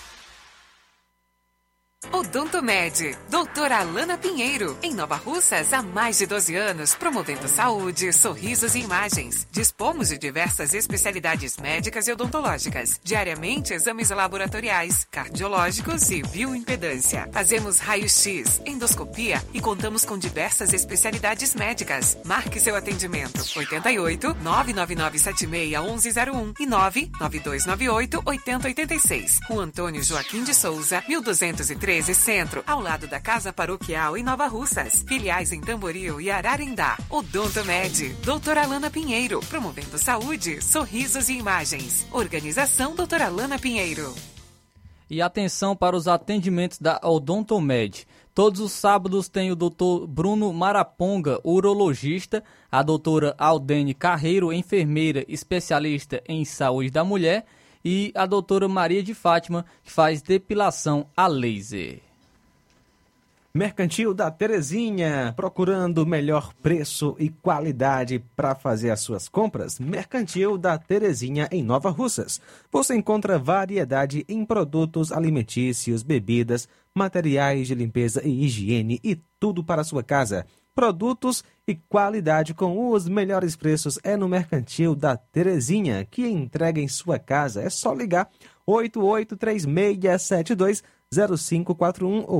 Odonto Med, doutora Alana Pinheiro, em Nova Russas há mais de 12 anos, promovendo saúde, sorrisos e imagens. Dispomos de diversas especialidades médicas e odontológicas, diariamente exames laboratoriais, cardiológicos e bioimpedância. Fazemos raio-x, endoscopia e contamos com diversas especialidades médicas. Marque seu atendimento 88 99976 1101 e 99298 8086. Rua Antônio Joaquim de Souza, 1203, 13 Centro, ao lado da Casa Paroquial em Nova Russas. Filiais em Tamboril e Ararendá. Odontomed, doutora Alana Pinheiro, promovendo saúde, sorrisos e imagens. Organização doutora Alana Pinheiro. E atenção para os atendimentos da Odontomed. Todos os sábados tem o Dr. Bruno Maraponga, urologista, a doutora Aldene Carreiro, enfermeira especialista em saúde da mulher, e a doutora Maria de Fátima, que faz depilação a laser. Mercantil da Terezinha, procurando melhor preço e qualidade para fazer as suas compras? Mercantil da Terezinha em Nova Russas. Você encontra variedade em produtos alimentícios, bebidas, materiais de limpeza e higiene e tudo para a sua casa. Produtos e qualidade com os melhores preços é no Mercantil da Terezinha, que entrega em sua casa. É só ligar 8836720541 ou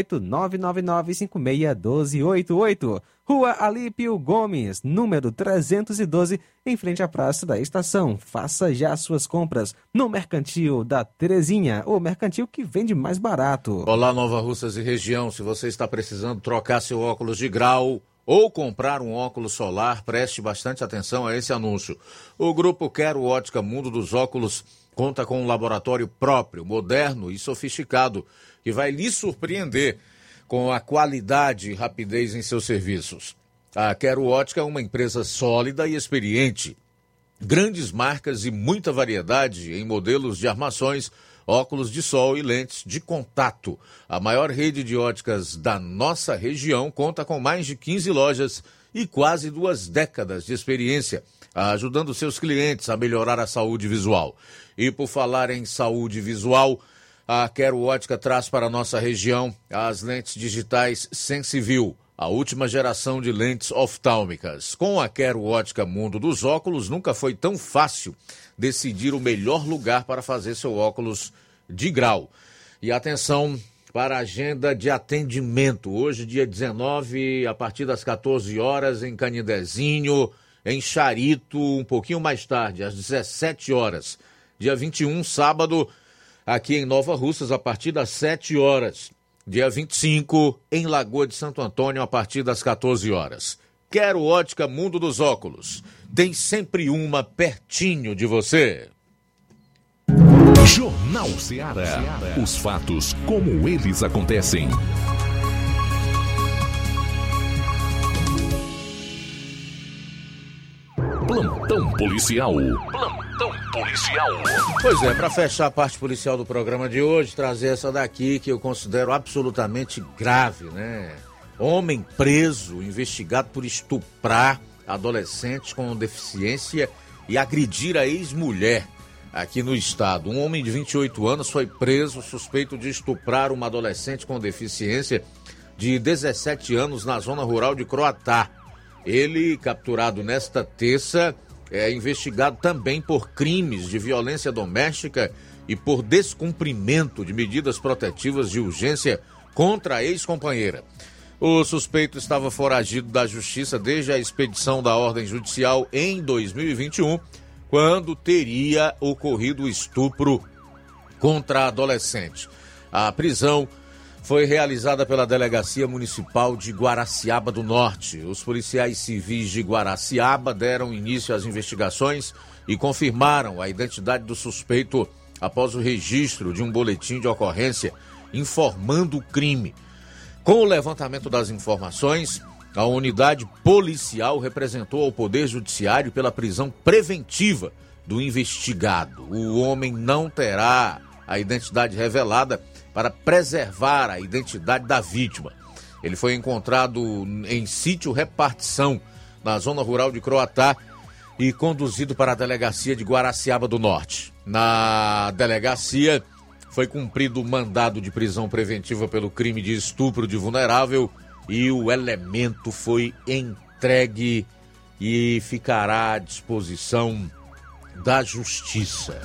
88999561288. Rua Alípio Gomes, número 312, em frente à Praça da Estação. Faça já suas compras no Mercantil da Terezinha, o mercantil que vende mais barato. Olá, Nova Russas e região. Se você está precisando trocar seu óculos de grau ou comprar um óculos solar, preste bastante atenção a esse anúncio. O Grupo Quero Ótica Mundo dos Óculos conta com um laboratório próprio, moderno e sofisticado, que vai lhe surpreender com a qualidade e rapidez em seus serviços. A Quero Ótica é uma empresa sólida e experiente. Grandes marcas e muita variedade em modelos de armações, óculos de sol e lentes de contato. A maior rede de óticas da nossa região conta com mais de 15 lojas e quase 2 décadas de experiência, ajudando seus clientes a melhorar a saúde visual. E por falar em saúde visual, a Quero Ótica traz para a nossa região as lentes digitais Sensiview, a última geração de lentes oftálmicas. Com a Quero Ótica Mundo dos Óculos, nunca foi tão fácil decidir o melhor lugar para fazer seu óculos de grau. E atenção para a agenda de atendimento. Hoje, dia 19, a partir das 14 horas, em Canindezinho, em Charito, um pouquinho mais tarde, às 17 horas. Dia 21, sábado, aqui em Nova Russas, a partir das 7 horas. Dia 25, em Lagoa de Santo Antônio, a partir das 14 horas. Quero Ótica Mundo dos Óculos. Tem sempre uma pertinho de você. Jornal Ceará. Os fatos como eles acontecem. Plantão policial. Plantão policial. Pois é, para fechar a parte policial do programa de hoje, trazer essa daqui que eu considero absolutamente grave, né? Homem preso, investigado por estuprar adolescente com deficiência e agredir a ex-mulher aqui no estado. Um homem de 28 anos foi preso suspeito de estuprar uma adolescente com deficiência de 17 anos na zona rural de Croatá. Ele, capturado nesta terça, é investigado também por crimes de violência doméstica e por descumprimento de medidas protetivas de urgência contra a ex-companheira. O suspeito estava foragido da justiça desde a expedição da ordem judicial em 2021, quando teria ocorrido o estupro contra a adolescente. A prisão foi realizada pela Delegacia Municipal de Guaraciaba do Norte. Os policiais civis de Guaraciaba deram início às investigações e confirmaram a identidade do suspeito após o registro de um boletim de ocorrência informando o crime. Com o levantamento das informações, a unidade policial representou ao Poder Judiciário pela prisão preventiva do investigado. O homem não terá a identidade revelada para preservar a identidade da vítima. Ele foi encontrado em sítio repartição, na zona rural de Croatá, e conduzido para a delegacia de Guaraciaba do Norte. Na delegacia, foi cumprido o mandado de prisão preventiva pelo crime de estupro de vulnerável e o elemento foi entregue e ficará à disposição da justiça.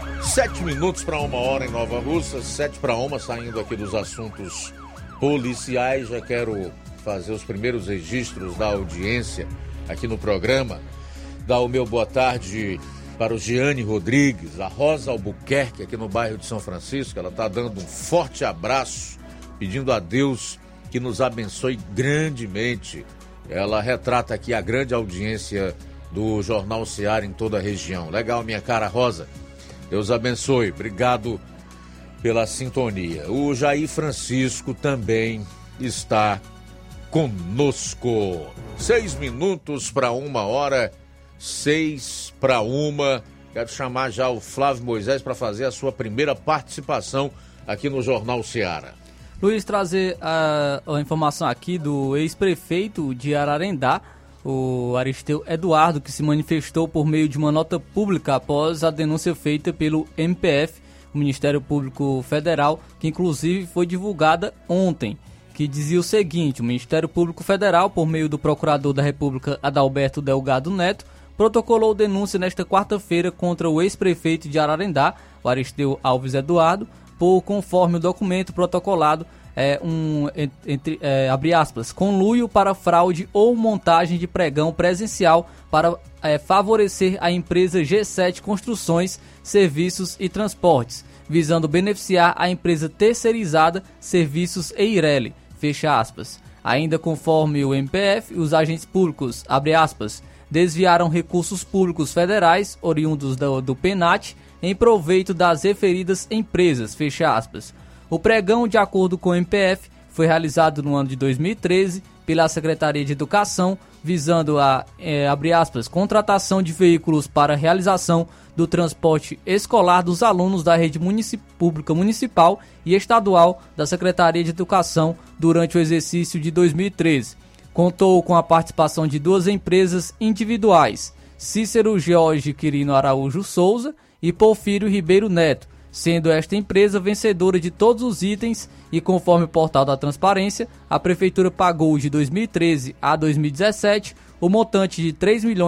7 minutos para 1h em Nova Russa, 7:01, saindo aqui dos assuntos policiais. Já quero fazer os primeiros registros da audiência aqui no programa. Dar o meu boa tarde para o Giane Rodrigues, a Rosa Albuquerque, aqui no bairro de São Francisco. Ela está dando um forte abraço pedindo a Deus que nos abençoe grandemente. Ela retrata aqui a grande audiência do Jornal Seara em toda a região. Legal, minha cara Rosa. Deus abençoe. Obrigado pela sintonia. O Jair Francisco também está conosco. 6 minutos para 1h, 6 para 1. Quero chamar já o Flávio Moisés para fazer a sua primeira participação aqui no Jornal Seara. Luiz, trazer a informação aqui do ex-prefeito de Ararendá, o Aristeu Eduardo, que se manifestou por meio de uma nota pública após a denúncia feita pelo MPF, o Ministério Público Federal, que inclusive foi divulgada ontem, que dizia o seguinte: o Ministério Público Federal, por meio do Procurador da República Adalberto Delgado Neto, protocolou denúncia nesta quarta-feira contra o ex-prefeito de Ararendá, o Aristeu Alves Eduardo, por, conforme o documento protocolado, abre aspas, conluio para fraude ou montagem de pregão presencial para favorecer a empresa G7 Construções, Serviços e Transportes, visando beneficiar a empresa terceirizada Serviços Eireli, fecha aspas. Ainda conforme o MPF, os agentes públicos, abre aspas, desviaram recursos públicos federais, oriundos do PENAT, em proveito das referidas empresas, fecha aspas. O pregão, de acordo com o MPF, foi realizado no ano de 2013 pela Secretaria de Educação, visando a, abre aspas, contratação de veículos para realização do transporte escolar dos alunos da rede pública municipal e estadual da Secretaria de Educação durante o exercício de 2013. Contou com a participação de 2 empresas individuais, Cícero George Quirino Araújo Souza e Porfírio Ribeiro Neto, sendo esta empresa vencedora de todos os itens e, conforme o portal da Transparência, a Prefeitura pagou de 2013 a 2017 o montante de R$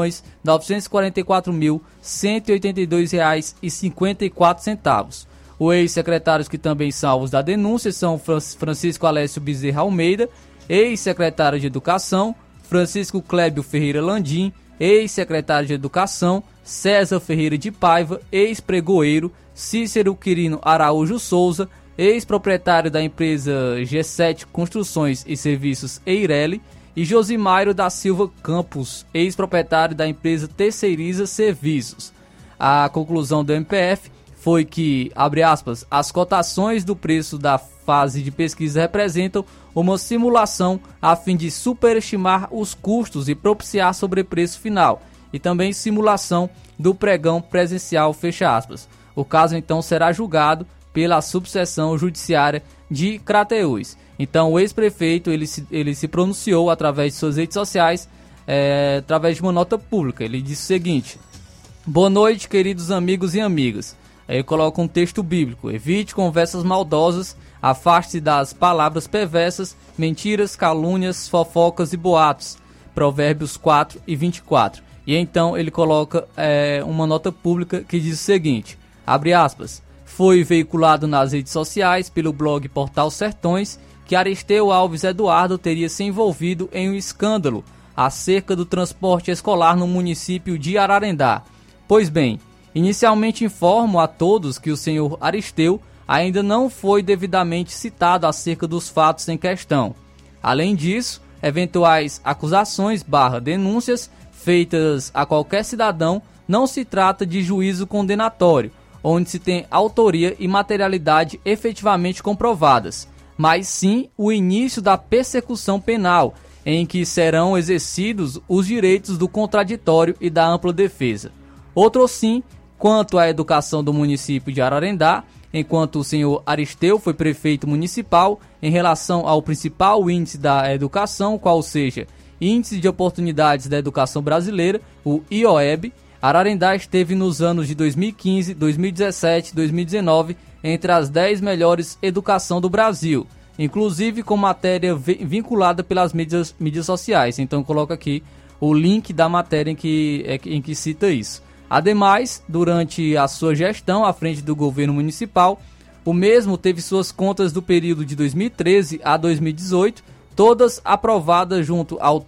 3.944.182,54. Os ex-secretários que também são alvos da denúncia são Francisco Alessio Bezerra Almeida, ex-secretário de Educação, Francisco Clébio Ferreira Landim, ex-secretário de Educação, César Ferreira de Paiva, ex-pregoeiro, Cícero Quirino Araújo Souza, ex-proprietário da empresa G7 Construções e Serviços Eireli, e Josimairo da Silva Campos, ex-proprietário da empresa Terceiriza Serviços. A conclusão do MPF foi que, abre aspas, as cotações do preço da fase de pesquisa representam uma simulação a fim de superestimar os custos e propiciar sobrepreço final, e também simulação do pregão presencial, fecha aspas. O caso então será julgado pela subseção judiciária de Crateús. Então o ex-prefeito ele se pronunciou através de suas redes sociais, através de uma nota pública. Ele disse o seguinte: boa noite, queridos amigos e amigas. Ele coloca um texto bíblico: evite conversas maldosas, afaste-se das palavras perversas, mentiras, calúnias, fofocas e boatos. Provérbios 4 e 24. E então ele coloca uma nota pública que diz o seguinte, abre aspas, foi veiculado nas redes sociais pelo blog Portal Sertões que Aristeu Alves Eduardo teria se envolvido em um escândalo acerca do transporte escolar no município de Ararendá. Pois bem, inicialmente informo a todos que o senhor Aristeu ainda não foi devidamente citado acerca dos fatos em questão. Além disso, eventuais acusações / denúncias feitas a qualquer cidadão não se trata de juízo condenatório, onde se tem autoria e materialidade efetivamente comprovadas, mas sim o início da persecução penal, em que serão exercidos os direitos do contraditório e da ampla defesa. Outro sim, quanto à educação do município de Ararendá, enquanto o senhor Aristeu foi prefeito municipal, em relação ao principal índice da educação, qual seja, Índice de Oportunidades da Educação Brasileira, o IOEB, Ararendá esteve nos anos de 2015, 2017 e 2019 entre as 10 melhores educação do Brasil, inclusive com matéria vinculada pelas mídias sociais. Então coloca aqui o link da matéria em que cita isso. Ademais, durante a sua gestão à frente do governo municipal, o mesmo teve suas contas do período de 2013 a 2018, todas aprovadas junto ao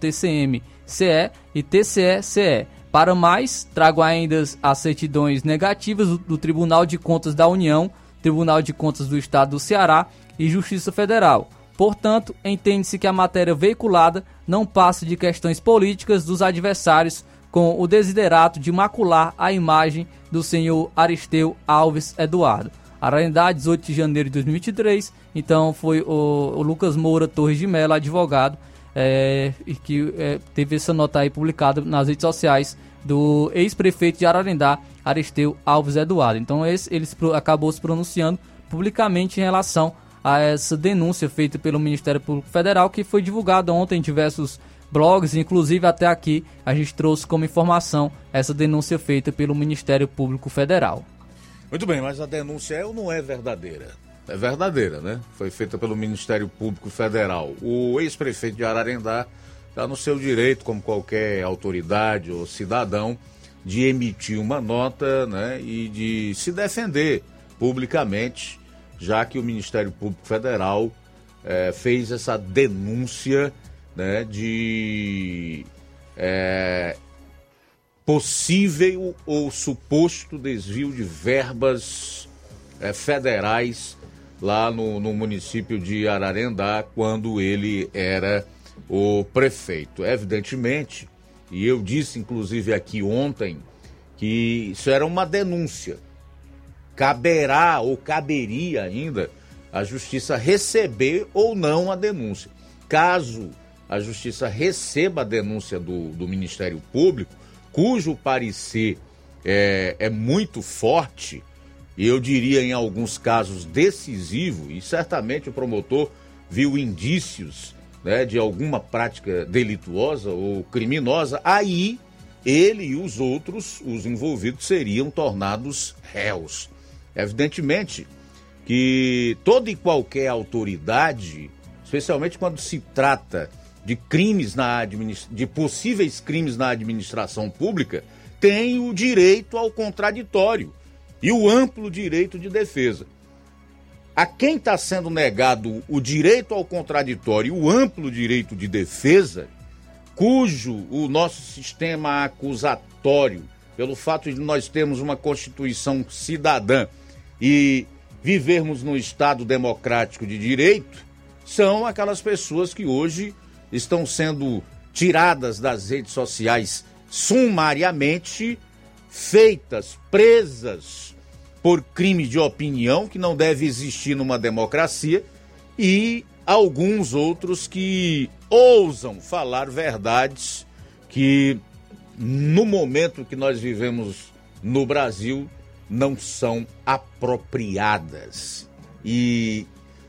TCM-CE e TCE-CE. Para mais, trago ainda as certidões negativas do Tribunal de Contas da União, Tribunal de Contas do Estado do Ceará e Justiça Federal. Portanto, entende-se que a matéria veiculada não passa de questões políticas dos adversários com o desiderato de macular a imagem do senhor Aristeu Alves Eduardo. Ararendá, 18 de janeiro de 2023, então foi o Lucas Moura Torres de Mello, advogado, que teve essa nota aí publicada nas redes sociais do ex-prefeito de Ararendá, Aristeu Alves Eduardo. Então ele acabou se pronunciando publicamente em relação a essa denúncia feita pelo Ministério Público Federal, que foi divulgada ontem em diversos blogs, inclusive até aqui a gente trouxe como informação essa denúncia feita pelo Ministério Público Federal. Muito bem, mas a denúncia é ou não é verdadeira? É verdadeira, né? Foi feita pelo Ministério Público Federal. O ex-prefeito de Ararendá está no seu direito, como qualquer autoridade ou cidadão, de emitir uma nota, né, e de se defender publicamente, já que o Ministério Público Federal fez essa denúncia, né, de possível ou suposto desvio de verbas federais lá no município de Ararendá, quando ele era o prefeito. Evidentemente, e eu disse inclusive aqui ontem, que isso era uma denúncia. Caberá ou caberia ainda a Justiça receber ou não a denúncia. Caso a Justiça receba a denúncia do Ministério Público, cujo parecer é muito forte, e eu diria em alguns casos decisivo, e certamente o promotor viu indícios, né, de alguma prática delituosa ou criminosa, aí ele e os outros, os envolvidos, seriam tornados réus. Evidentemente que toda e qualquer autoridade, especialmente quando se trata de crimes de possíveis crimes na administração pública, tem o direito ao contraditório e o amplo direito de defesa. A quem está sendo negado o direito ao contraditório e o amplo direito de defesa, cujo o nosso sistema acusatório, pelo fato de nós termos uma Constituição cidadã e vivermos num Estado democrático de direito, são aquelas pessoas que hoje estão sendo tiradas das redes sociais sumariamente, feitas, presas por crime de opinião, que não deve existir numa democracia, e alguns outros que ousam falar verdades que, no momento que nós vivemos no Brasil, não são apropriadas e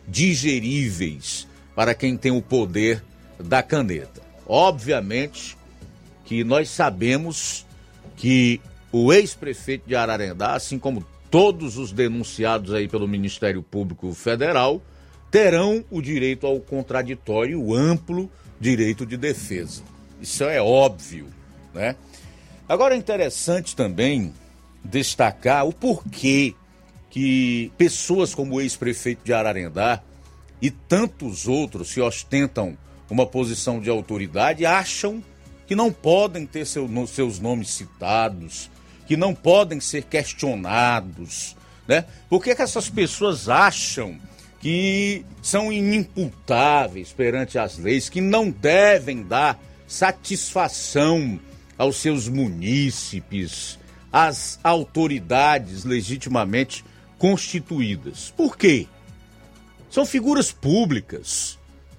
digeríveis para quem tem o poder da caneta. Obviamente que nós sabemos que o ex-prefeito de Ararendá, assim como todos os denunciados aí pelo Ministério Público Federal, terão o direito ao contraditório, o amplo direito de defesa. Isso é óbvio, né? Agora é interessante também destacar o porquê que pessoas como o ex-prefeito de Ararendá e tantos outros que ostentam uma posição de autoridade acham que não podem ter seus nomes citados, que não podem ser questionados, né? Por que essas pessoas acham que são inimputáveis perante as leis, que não devem dar satisfação aos seus munícipes, às autoridades legitimamente constituídas? Por quê? São figuras públicas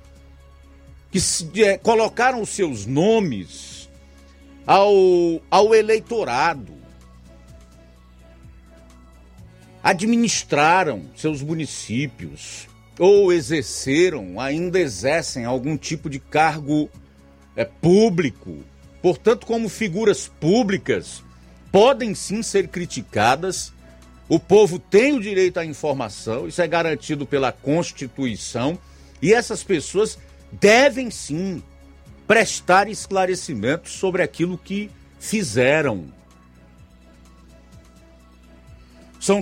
que colocaram os seus nomes ao eleitorado, administraram seus municípios ou exerceram, ainda exercem algum tipo de cargo público. Portanto, como figuras públicas, podem sim ser criticadas. O povo tem o direito à informação, isso é garantido pela Constituição, e essas pessoas devem sim prestar esclarecimentos sobre aquilo que fizeram. São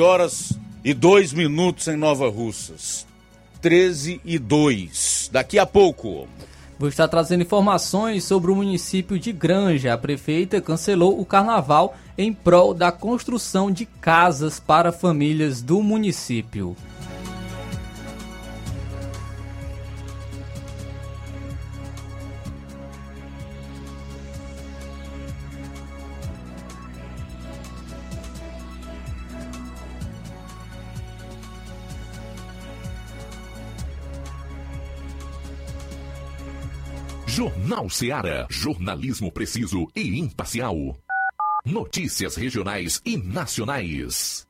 13h02 em Nova Russas. 13h02. Daqui a pouco. Vou estar trazendo informações sobre o município de Granja. A prefeita cancelou o carnaval em prol da construção de casas para famílias do município. Jornal Ceará. Jornalismo preciso e imparcial. Notícias regionais e nacionais.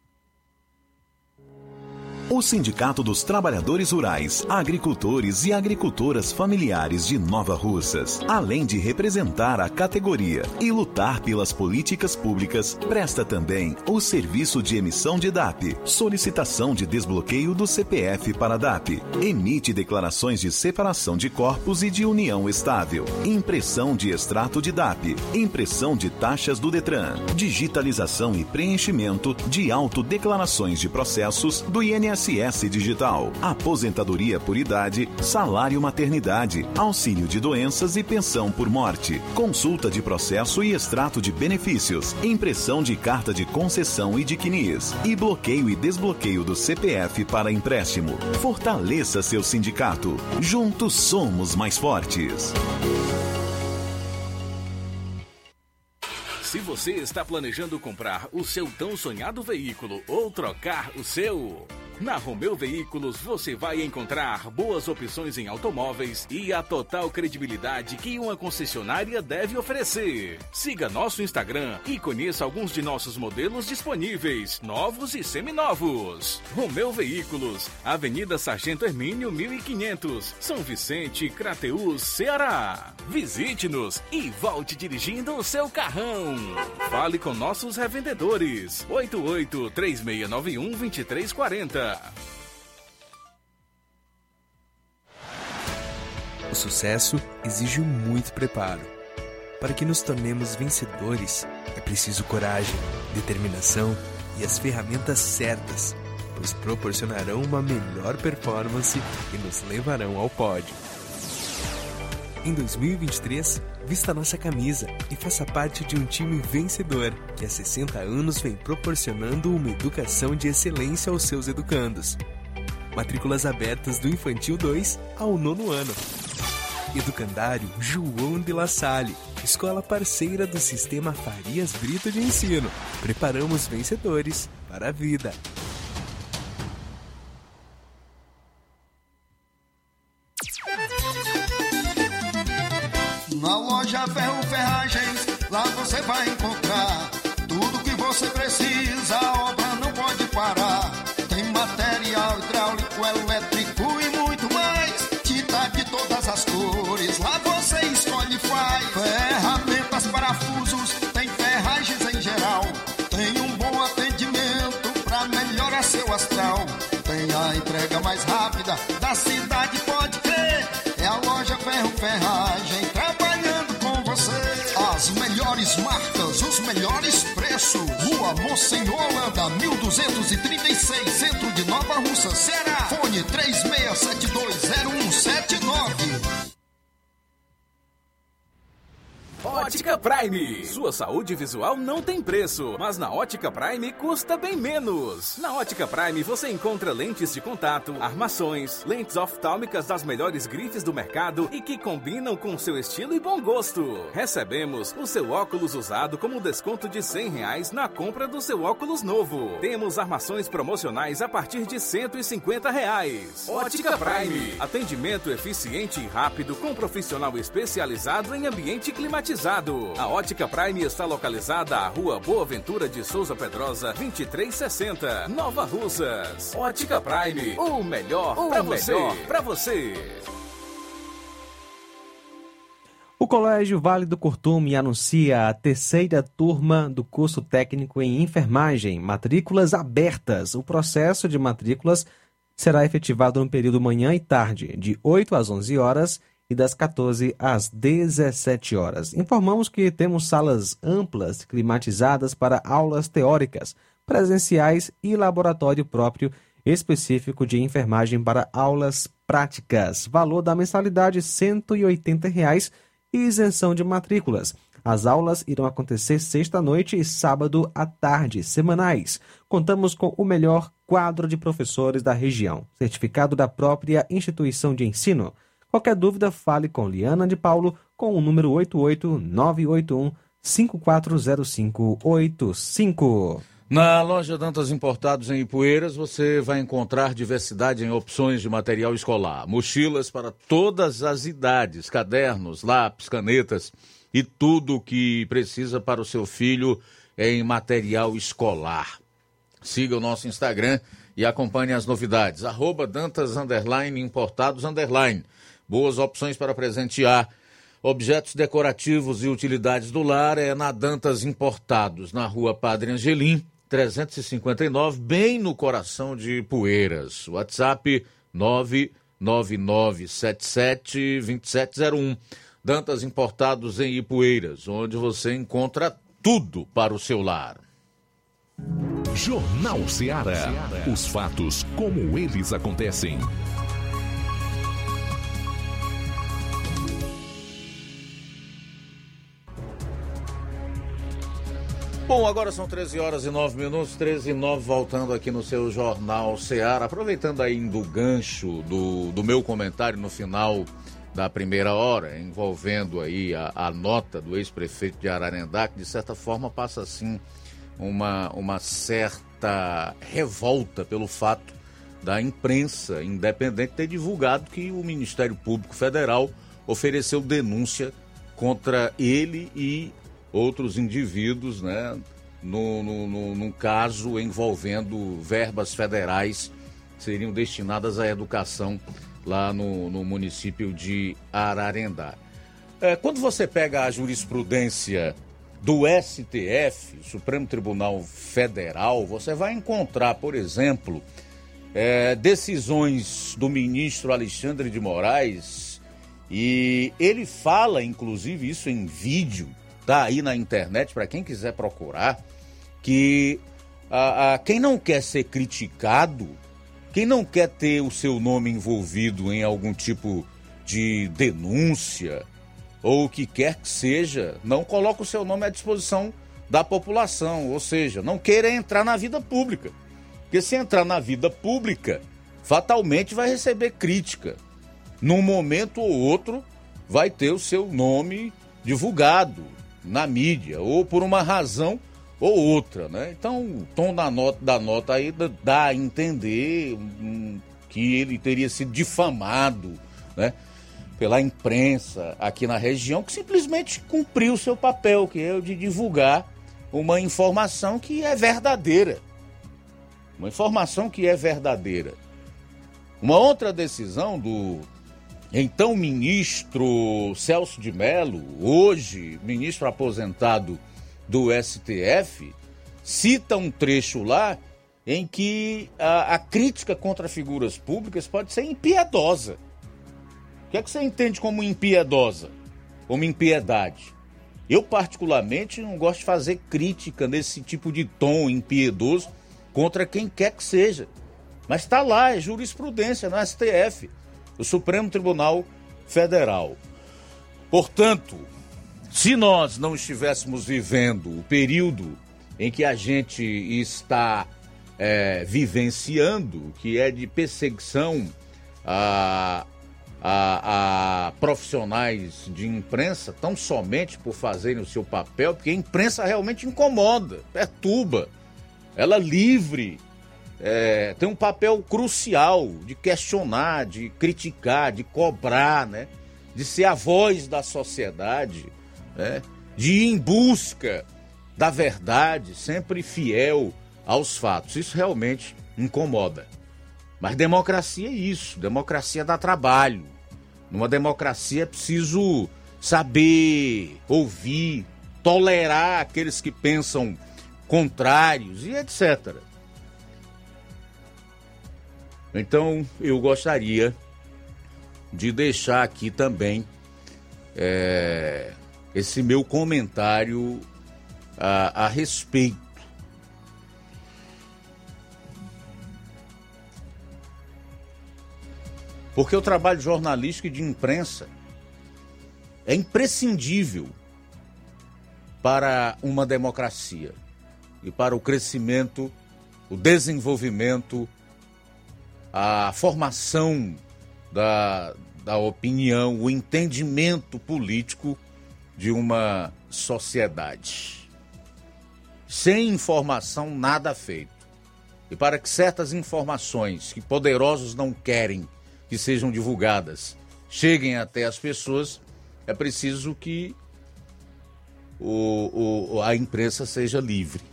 O Sindicato dos Trabalhadores Rurais, Agricultores e Agricultoras Familiares de Nova Russas, além de representar a categoria e lutar pelas políticas públicas, presta também o serviço de emissão de DAP, solicitação de desbloqueio do CPF para DAP, emite declarações de separação de corpos e de união estável, impressão de extrato de DAP, impressão de taxas do Detran, digitalização e preenchimento de autodeclarações de processos do INSS Digital, aposentadoria por idade, salário maternidade, auxílio de doenças e pensão por morte, consulta de processo e extrato de benefícios, impressão de carta de concessão e de CNIS, e bloqueio e desbloqueio do CPF para empréstimo. Fortaleça seu sindicato. Juntos somos mais fortes. Se você está planejando comprar o seu tão sonhado veículo ou trocar o seu, na Romeu Veículos você vai encontrar boas opções em automóveis e a total credibilidade que uma concessionária deve oferecer. Siga nosso Instagram e conheça alguns de nossos modelos disponíveis, novos e seminovos. Romeu Veículos, Avenida Sargento Hermínio 1500, São Vicente, Crateús, Ceará. Visite-nos e volte dirigindo o seu carrão. Fale com nossos revendedores. 88-3691-2340. O sucesso exige muito preparo. Para que nos tornemos vencedores, é preciso coragem, determinação e as ferramentas certas, pois proporcionarão uma melhor performance e nos levarão ao pódio. Em 2023, vista nossa camisa e faça parte de um time vencedor, que há 60 anos vem proporcionando uma educação de excelência aos seus educandos. Matrículas abertas do Infantil 2 ao 9º ano. Educandário João de La Salle, escola parceira do Sistema Farias Brito de Ensino. Preparamos vencedores para a vida. Na loja Ferro Ferragens, lá você vai encontrar tudo que você precisa, a obra não pode parar. Tem material hidráulico, elétrico e muito mais, tinta de todas as cores, lá você escolhe e faz. Ferramentas, parafusos, tem ferragens em geral, tem um bom atendimento pra melhorar seu astral. Tem a entrega mais rápida da cidade, pode crer, é a loja Ferro Ferragem trabalhando com você. As melhores marcas, os melhores preços. Rua Monsenhor Holanda, 1236, centro de Nova Russa, Ceará. Fone 36720179. Ótica Prime. Sua saúde visual não tem preço, mas na Ótica Prime custa bem menos. Na Ótica Prime você encontra lentes de contato, armações, lentes oftálmicas das melhores grifes do mercado e que combinam com seu estilo e bom gosto. Recebemos o seu óculos usado como desconto de R$100 na compra do seu óculos novo. Temos armações promocionais a partir de R$150. Ótica Prime. Atendimento eficiente e rápido com profissional especializado em ambiente climatizado. A Ótica Prime está localizada à Rua Boa Ventura de Souza Pedrosa, 2360, Nova Russas. Ótica Prime, o melhor para você. O Colégio Vale do Curtume anuncia a 3ª turma do curso técnico em enfermagem, matrículas abertas. O processo de matrículas será efetivado no período manhã e tarde, de 8 às 11 horas e das 14 às 17 horas. Informamos que temos salas amplas, climatizadas para aulas teóricas, presenciais e laboratório próprio específico de enfermagem para aulas práticas. Valor da mensalidade R$ 180 e isenção de matrículas. As aulas irão acontecer sexta-noite e sábado à tarde, semanais. Contamos com o melhor quadro de professores da região, certificado da própria instituição de ensino. Qualquer dúvida, fale com Liana de Paulo com o número 88981-540585. Na loja Dantas Importados em Ipueiras, você vai encontrar diversidade em opções de material escolar. Mochilas para todas as idades, cadernos, lápis, canetas e tudo o que precisa para o seu filho em material escolar. Siga o nosso Instagram e acompanhe as novidades. @Dantas_Importados_. Boas opções para presentear. Objetos decorativos e utilidades do lar é na Dantas Importados, na Rua Padre Angelim, 359, bem no coração de Ipueiras. WhatsApp 999772701. Dantas Importados em Ipueiras, onde você encontra tudo para o seu lar. Jornal Ceará. Os fatos como eles acontecem. Bom, agora são 13h09, 13h09, voltando aqui no seu Jornal Ceará, aproveitando aí do gancho do meu comentário no final da primeira hora, envolvendo aí a nota do ex-prefeito de Ararendá, que de certa forma passa assim uma certa revolta pelo fato da imprensa independente ter divulgado que o Ministério Público Federal ofereceu denúncia contra ele e outros indivíduos, né, num caso envolvendo verbas federais que seriam destinadas à educação lá no município de Ararendá. Quando você pega a jurisprudência do STF, Supremo Tribunal Federal, você vai encontrar, por exemplo, decisões do ministro Alexandre de Moraes, e ele fala, inclusive, isso em vídeo, tá aí na internet para quem quiser procurar, que quem não quer ser criticado, quem não quer ter o seu nome envolvido em algum tipo de denúncia ou o que quer que seja, não coloca o seu nome à disposição da população, ou seja, não queira entrar na vida pública. Porque se entrar na vida pública, fatalmente vai receber crítica. Num momento ou outro, vai ter o seu nome divulgado na mídia, ou por uma razão ou outra, né? Então, o tom da nota aí dá a entender que ele teria sido difamado, né, pela imprensa aqui na região, que simplesmente cumpriu o seu papel, que é o de divulgar uma informação que é verdadeira. Uma informação que é verdadeira. Uma outra decisão do então ministro Celso de Mello, hoje ministro aposentado do STF, cita um trecho lá em que a crítica contra figuras públicas pode ser impiedosa. O que é que você entende como impiedosa? Como impiedade? Eu, particularmente, não gosto de fazer crítica nesse tipo de tom impiedoso contra quem quer que seja. Mas está lá, é jurisprudência no STF, o Supremo Tribunal Federal. Portanto, se nós não estivéssemos vivendo o período em que a gente está vivenciando, que é de perseguição a profissionais de imprensa, tão somente por fazerem o seu papel, porque a imprensa realmente incomoda, perturba. Ela livre, tem um papel crucial de questionar, de criticar, de cobrar, né? De ser a voz da sociedade, né? De ir em busca da verdade, sempre fiel aos fatos. Isso realmente incomoda. Mas democracia é isso, democracia dá trabalho. Numa democracia é preciso saber ouvir, tolerar aqueles que pensam contrários e etc. Então, eu gostaria de deixar aqui também esse meu comentário a respeito. Porque o trabalho jornalístico e de imprensa é imprescindível para uma democracia e para o crescimento, o desenvolvimento, a formação da opinião, o entendimento político de uma sociedade. Sem informação, nada feito. E para que certas informações que poderosos não querem que sejam divulgadas cheguem até as pessoas, é preciso que a imprensa seja livre.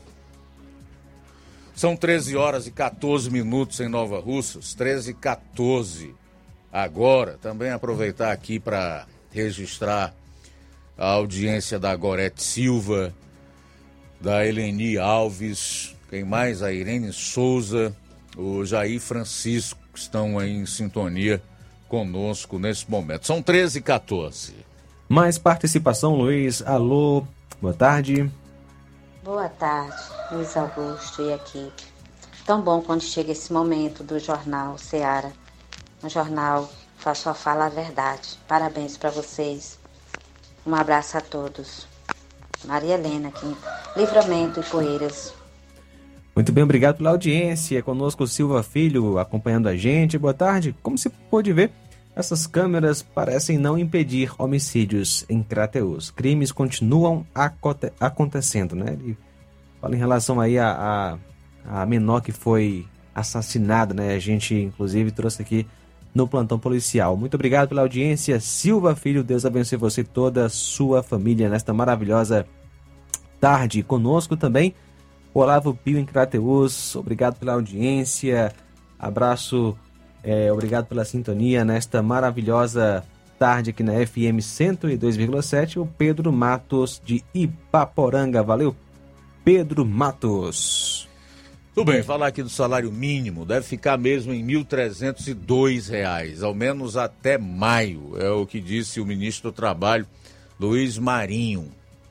São 13 horas e 14 minutos em Nova Russas, 13h14. Agora, também aproveitar aqui para registrar a audiência da Gorete Silva, da Eleni Alves, quem mais? A Irene Souza, o Jair Francisco, que estão aí em sintonia conosco nesse momento. São 13h14. Mais participação, Luiz. Alô, boa tarde. Boa tarde, Luiz Augusto e equipe. Tão bom quando chega esse momento do Jornal Seara. Um jornal que só fala a verdade. Parabéns para vocês. Um abraço a todos. Maria Helena aqui, Livramento e Poeiras. Muito bem, obrigado pela audiência. Conosco o Silva Filho acompanhando a gente. Boa tarde. Como se pôde ver, essas câmeras parecem não impedir homicídios em Crateús. Crimes continuam acontecendo, né? Ele fala em relação aí a menor que foi assassinada, né? A gente, inclusive, trouxe aqui no plantão policial. Muito obrigado pela audiência, Silva Filho. Deus abençoe você e toda a sua família nesta maravilhosa tarde. Conosco também Olavo Pio em Crateús, obrigado pela audiência, abraço, obrigado pela sintonia nesta maravilhosa tarde aqui na FM 102,7, o Pedro Matos de Ipaporanga. Valeu, Pedro Matos. Tudo bem, falar aqui do salário mínimo, deve ficar mesmo em R$ 1.302, ao menos até maio, é o que disse o ministro do Trabalho, Luiz Marinho.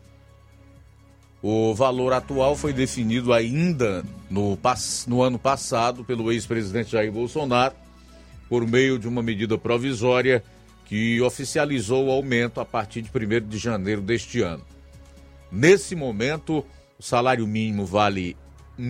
O valor atual foi definido ainda no ano passado pelo ex-presidente Jair Bolsonaro, por meio de uma medida provisória que oficializou o aumento a partir de 1º de janeiro deste ano. Nesse momento, o salário mínimo vale R$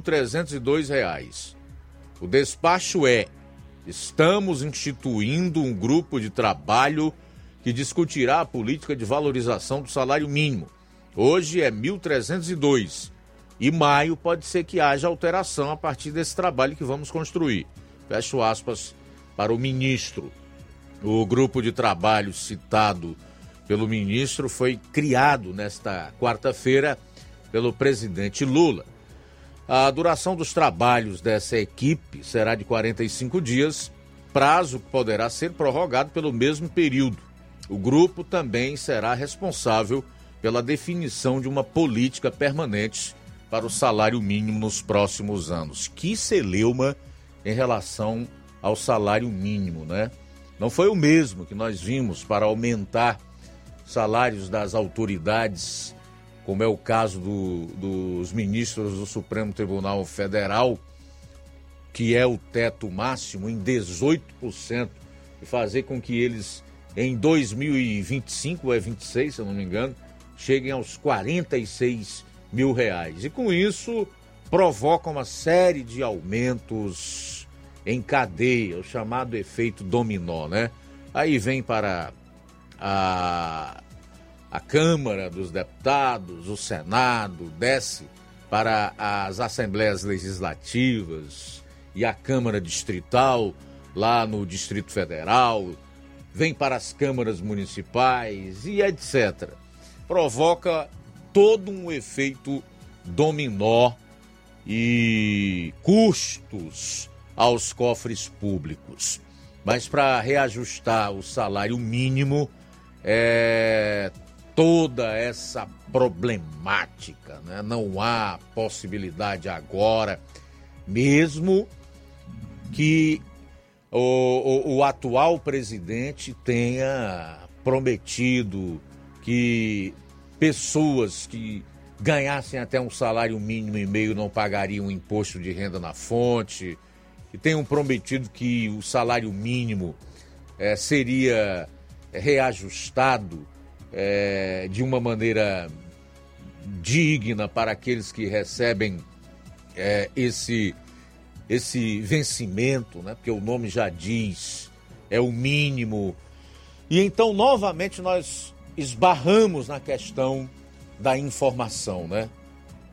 1.302. O despacho estamos instituindo um grupo de trabalho que discutirá a política de valorização do salário mínimo. Hoje é 1.302 e maio pode ser que haja alteração a partir desse trabalho que vamos construir. Fecho aspas para o ministro. O grupo de trabalho citado pelo ministro foi criado nesta quarta-feira pelo presidente Lula. A duração dos trabalhos dessa equipe será de 45 dias, prazo que poderá ser prorrogado pelo mesmo período. O grupo também será responsável pela definição de uma política permanente para o salário mínimo nos próximos anos. Que celeuma em relação ao salário mínimo, né? Não foi o mesmo que nós vimos para aumentar salários das autoridades, como é o caso dos ministros do Supremo Tribunal Federal, que é o teto máximo em 18%, e fazer com que eles, em 2025 ou 26, se eu não me engano, cheguem aos R$46 mil. E com isso provoca uma série de aumentos em cadeia, o chamado efeito dominó, né? Aí vem para a Câmara dos Deputados, o Senado, desce para as Assembleias Legislativas e a Câmara Distrital, lá no Distrito Federal, vem para as câmaras municipais e etc. Provoca todo um efeito dominó e custos aos cofres públicos. Mas para reajustar o salário mínimo, toda essa problemática, né? Não há possibilidade agora, mesmo que o atual presidente tenha prometido que pessoas que ganhassem até um salário mínimo e meio não pagariam imposto de renda na fonte, que tenham prometido que o salário mínimo seria reajustado de uma maneira digna para aqueles que recebem esse vencimento, né? Porque o nome já diz, é o mínimo. E então, novamente, nós esbarramos na questão da informação, né?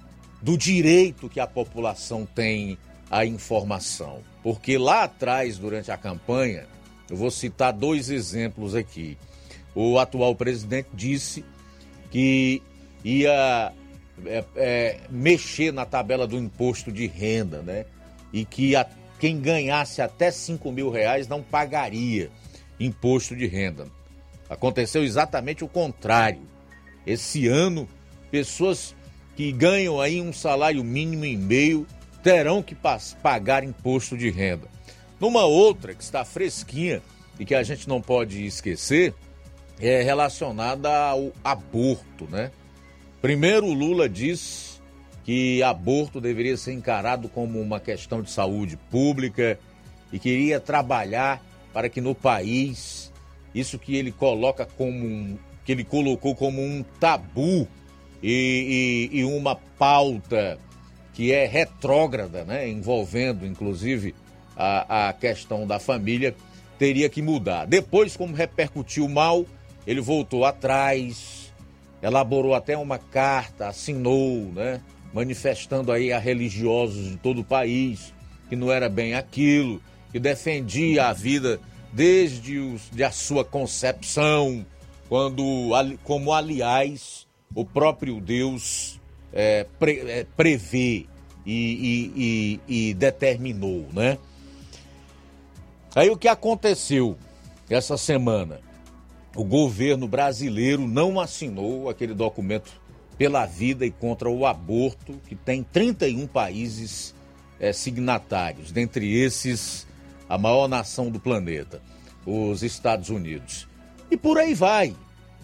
do direito que a população tem à informação. Porque lá atrás, durante a campanha, eu vou citar 2 exemplos aqui. O atual presidente disse que ia mexer na tabela do imposto de renda, né? E que quem ganhasse até R$5.000 não pagaria imposto de renda. Aconteceu exatamente o contrário. Esse ano, pessoas que ganham aí um salário mínimo e meio terão que pagar imposto de renda. Numa outra que está fresquinha e que a gente não pode esquecer, é relacionada ao aborto, né? Primeiro, o Lula diz que aborto deveria ser encarado como uma questão de saúde pública e queria trabalhar para que no país, isso que ele coloca que ele colocou como um tabu e uma pauta que é retrógrada, né, envolvendo inclusive a questão da família, teria que mudar. Depois, como repercutiu mal, ele voltou atrás, elaborou até uma carta, assinou, né, manifestando aí a religiosos de todo o país que não era bem aquilo, que defendia a vida desde a sua concepção, como aliás o próprio Deus prevê e determinou, né? Aí o que aconteceu essa semana? O governo brasileiro não assinou aquele documento pela vida e contra o aborto, que tem 31 países signatários, dentre esses a maior nação do planeta, os Estados Unidos. E por aí vai.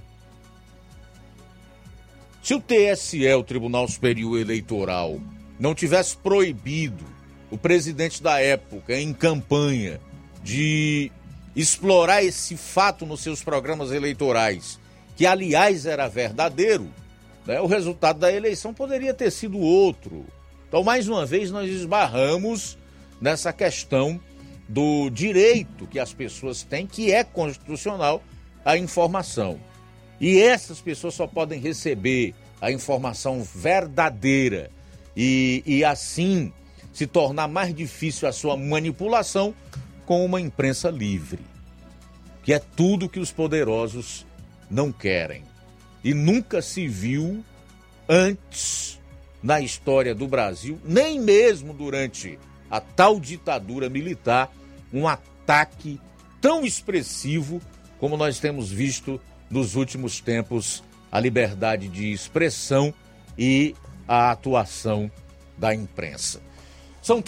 Se o TSE, o Tribunal Superior Eleitoral, não tivesse proibido o presidente da época, em campanha, de explorar esse fato nos seus programas eleitorais, que aliás era verdadeiro, né, o resultado da eleição poderia ter sido outro. Então, mais uma vez, nós esbarramos nessa questão do direito que as pessoas têm, que é constitucional, à informação. E essas pessoas só podem receber a informação verdadeira e assim se tornar mais difícil a sua manipulação com uma imprensa livre, que é tudo que os poderosos não querem. E nunca se viu antes na história do Brasil, nem mesmo durante a tal ditadura militar, um ataque tão expressivo como nós temos visto nos últimos tempos à liberdade de expressão e à atuação da imprensa. São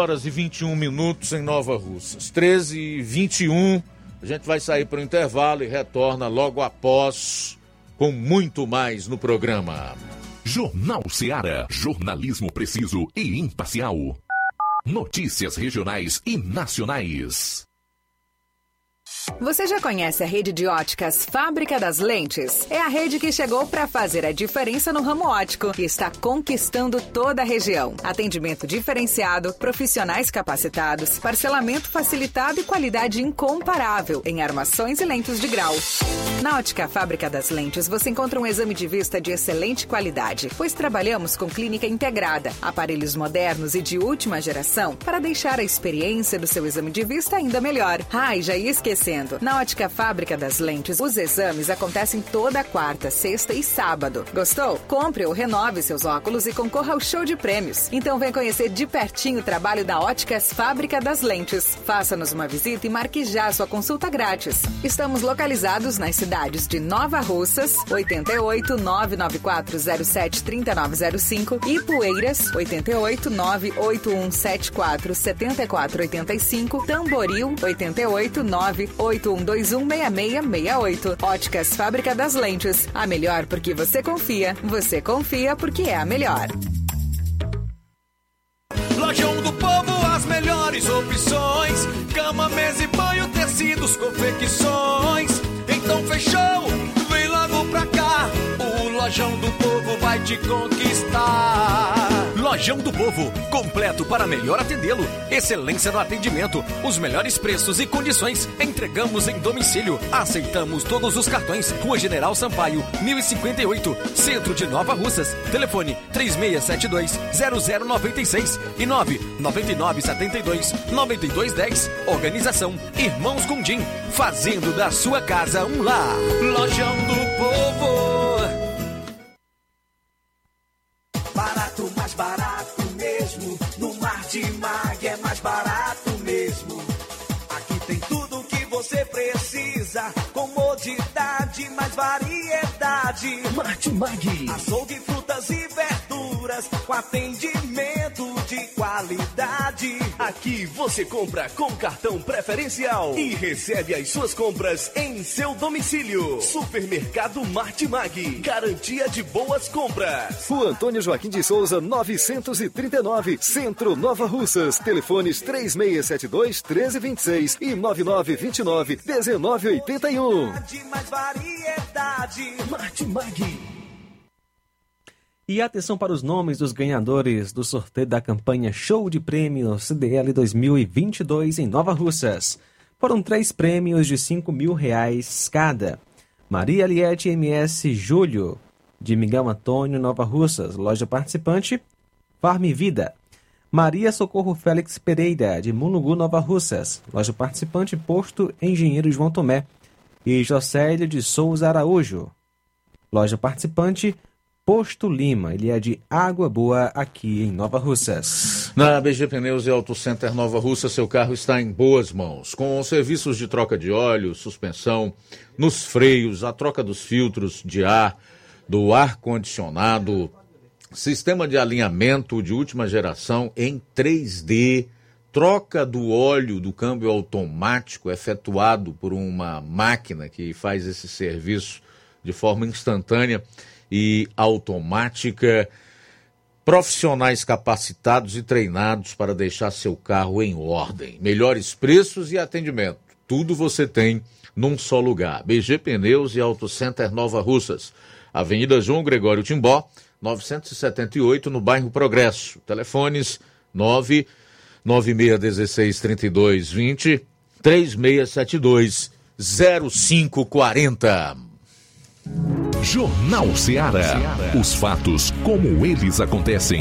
13h21 em Nova Russas. 13h21, a gente vai sair para o intervalo e retorna logo após com muito mais no programa. Jornal Ceará, jornalismo preciso e imparcial. Notícias regionais e nacionais. Você já conhece a rede de óticas Fábrica das Lentes? É a rede que chegou para fazer a diferença no ramo óptico e está conquistando toda a região. Atendimento diferenciado, profissionais capacitados, parcelamento facilitado e qualidade incomparável em armações e lentes de grau. Na Ótica Fábrica das Lentes você encontra um exame de vista de excelente qualidade, pois trabalhamos com clínica integrada, aparelhos modernos e de última geração para deixar a experiência do seu exame de vista ainda melhor. E já ia esquecendo. Na Ótica Fábrica das Lentes, os exames acontecem toda quarta, sexta e sábado. Gostou? Compre ou renove seus óculos e concorra ao show de prêmios. Então vem conhecer de pertinho o trabalho da Óticas Fábrica das Lentes. Faça-nos uma visita e marque já sua consulta grátis. Estamos localizados nas cidades de Nova Russas, 88 99407 3905 e Ipueiras, 88 98174 7485, Tamboril, 88 981216668. Óticas Fábrica das Lentes. A melhor porque você confia. Você confia porque é a melhor. Lojão do Povo, as melhores opções: cama, mesa e banho, tecidos, confecções. Então fechou, vem logo pra cá. O Lojão do Povo vai te conquistar. Lojão do Povo, completo para melhor atendê-lo. Excelência no atendimento, os melhores preços e condições. Entregamos em domicílio. Aceitamos todos os cartões. Rua General Sampaio, 1058, Centro de Nova Russas. Telefone 3672-0096 e 99972-9210. Organização Irmãos Gondim, fazendo da sua casa um lar. Lojão do Povo. Barato, mais barato mesmo. No Martimag é mais barato mesmo. Aqui tem tudo o que você precisa. Comodidade, mais variedade. Martimag. Açougue, frutas e verduras com atendimento de qualidade. Aqui você compra com cartão preferencial e recebe as suas compras em seu domicílio. Supermercado Martimag, garantia de boas compras. Rua Antônio Joaquim de Souza, 939, Centro Nova Russas. Telefones 3672-1326 e 9929-1981. Mais variedade. Martimag. E atenção para os nomes dos ganhadores do sorteio da campanha Show de Prêmios CDL 2022 em Nova Russas. Foram 3 prêmios de R$5.000 cada. Maria Eliette MS Júlio, de Miguel Antônio, Nova Russas. Loja participante, Farm Vida. Maria Socorro Félix Pereira, de Munungu, Nova Russas. Loja participante, Posto Engenheiro João Tomé. E Jocélio de Souza Araújo. Loja participante, Posto Lima. Ele é de Água Boa, aqui em Nova Russas. Na BG Pneus e Auto Center Nova Russa, seu carro está em boas mãos. Com serviços de troca de óleo, suspensão, nos freios, a troca dos filtros de ar, do ar-condicionado, sistema de alinhamento de última geração em 3D, troca do óleo do câmbio automático efetuado por uma máquina que faz esse serviço de forma instantânea e automática, profissionais capacitados e treinados para deixar seu carro em ordem, melhores preços e atendimento. Tudo você tem num só lugar. BG Pneus e Auto Center Nova Russas, Avenida João Gregório Timbó, 978, no bairro Progresso. Telefones 996163220, 3672-0540. Jornal Ceará. Os fatos como eles acontecem.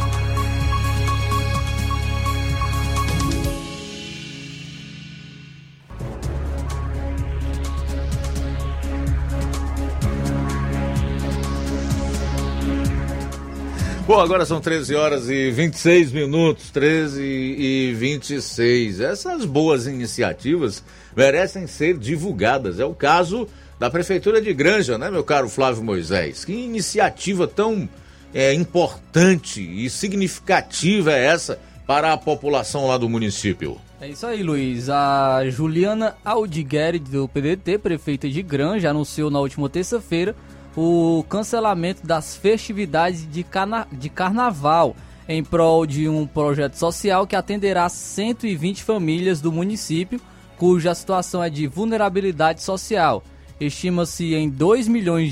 Bom, agora são 13 horas e 26 minutos, 13 e 26. Essas boas iniciativas merecem ser divulgadas. É o caso da Prefeitura de Granja, né, meu caro Flávio Moisés? Que iniciativa tão importante e significativa é essa para a população lá do município? É isso aí, Luiz. A Juliana Aldigueri, do PDT, prefeita de Granja, anunciou na última terça-feira o cancelamento das festividades de carnaval em prol de um projeto social que atenderá 120 famílias do município, cuja situação é de vulnerabilidade social. Estima-se em R$2 milhões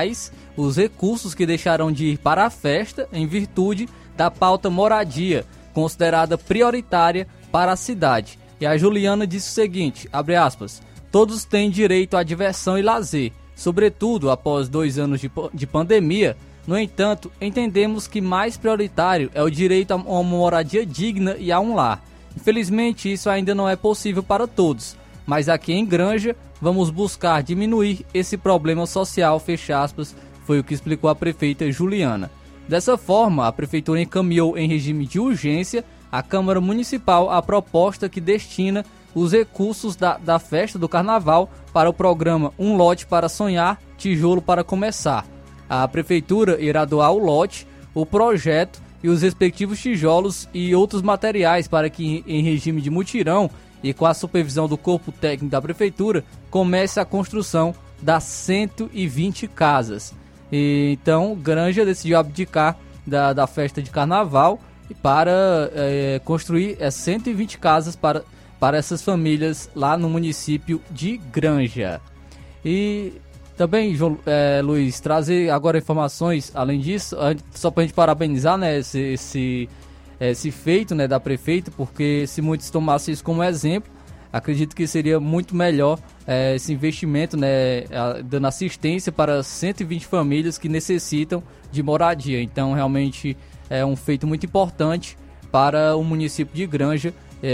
os recursos que deixarão de ir para a festa em virtude da pauta moradia, considerada prioritária para a cidade. E a Juliana disse o seguinte, abre aspas, todos têm direito à diversão e lazer, sobretudo após 2 anos de pandemia. No entanto, entendemos que mais prioritário é o direito a uma moradia digna e a um lar. Infelizmente, isso ainda não é possível para todos, mas aqui em Granja vamos buscar diminuir esse problema social, fecha aspas, foi o que explicou a prefeita Juliana. Dessa forma, a prefeitura encaminhou em regime de urgência à Câmara Municipal a proposta que destina os recursos da festa do Carnaval para o programa Um Lote para Sonhar, Tijolo para Começar. A Prefeitura irá doar o lote, o projeto e os respectivos tijolos e outros materiais para que, em regime de mutirão e com a supervisão do corpo técnico da Prefeitura, comece a construção das 120 casas. E, então, Granja decidiu abdicar da festa de Carnaval para construir 120 casas para essas famílias lá no município de Granja. E Também, Luiz, trazer agora informações, além disso, só para a gente parabenizar, né, esse feito, né, da prefeita, porque se muitos tomassem isso como exemplo, acredito que seria muito melhor esse investimento, né, dando assistência para 120 famílias que necessitam de moradia. Então, realmente, é um feito muito importante para o município de Granja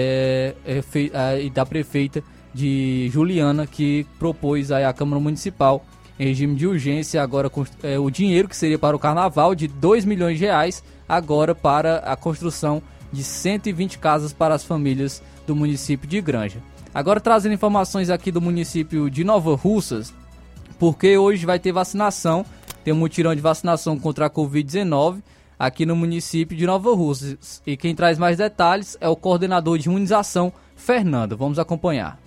e da prefeita de Juliana, que propôs aí à Câmara Municipal, em regime de urgência, agora o dinheiro que seria para o Carnaval de R$2 milhões, agora para a construção de 120 casas para as famílias do município de Granja. Agora trazendo informações aqui do município de Nova Russas, porque hoje vai ter vacinação, tem um mutirão de vacinação contra a Covid-19 aqui no município de Nova Russas. E quem traz mais detalhes é o coordenador de imunização, Fernando. Vamos acompanhar.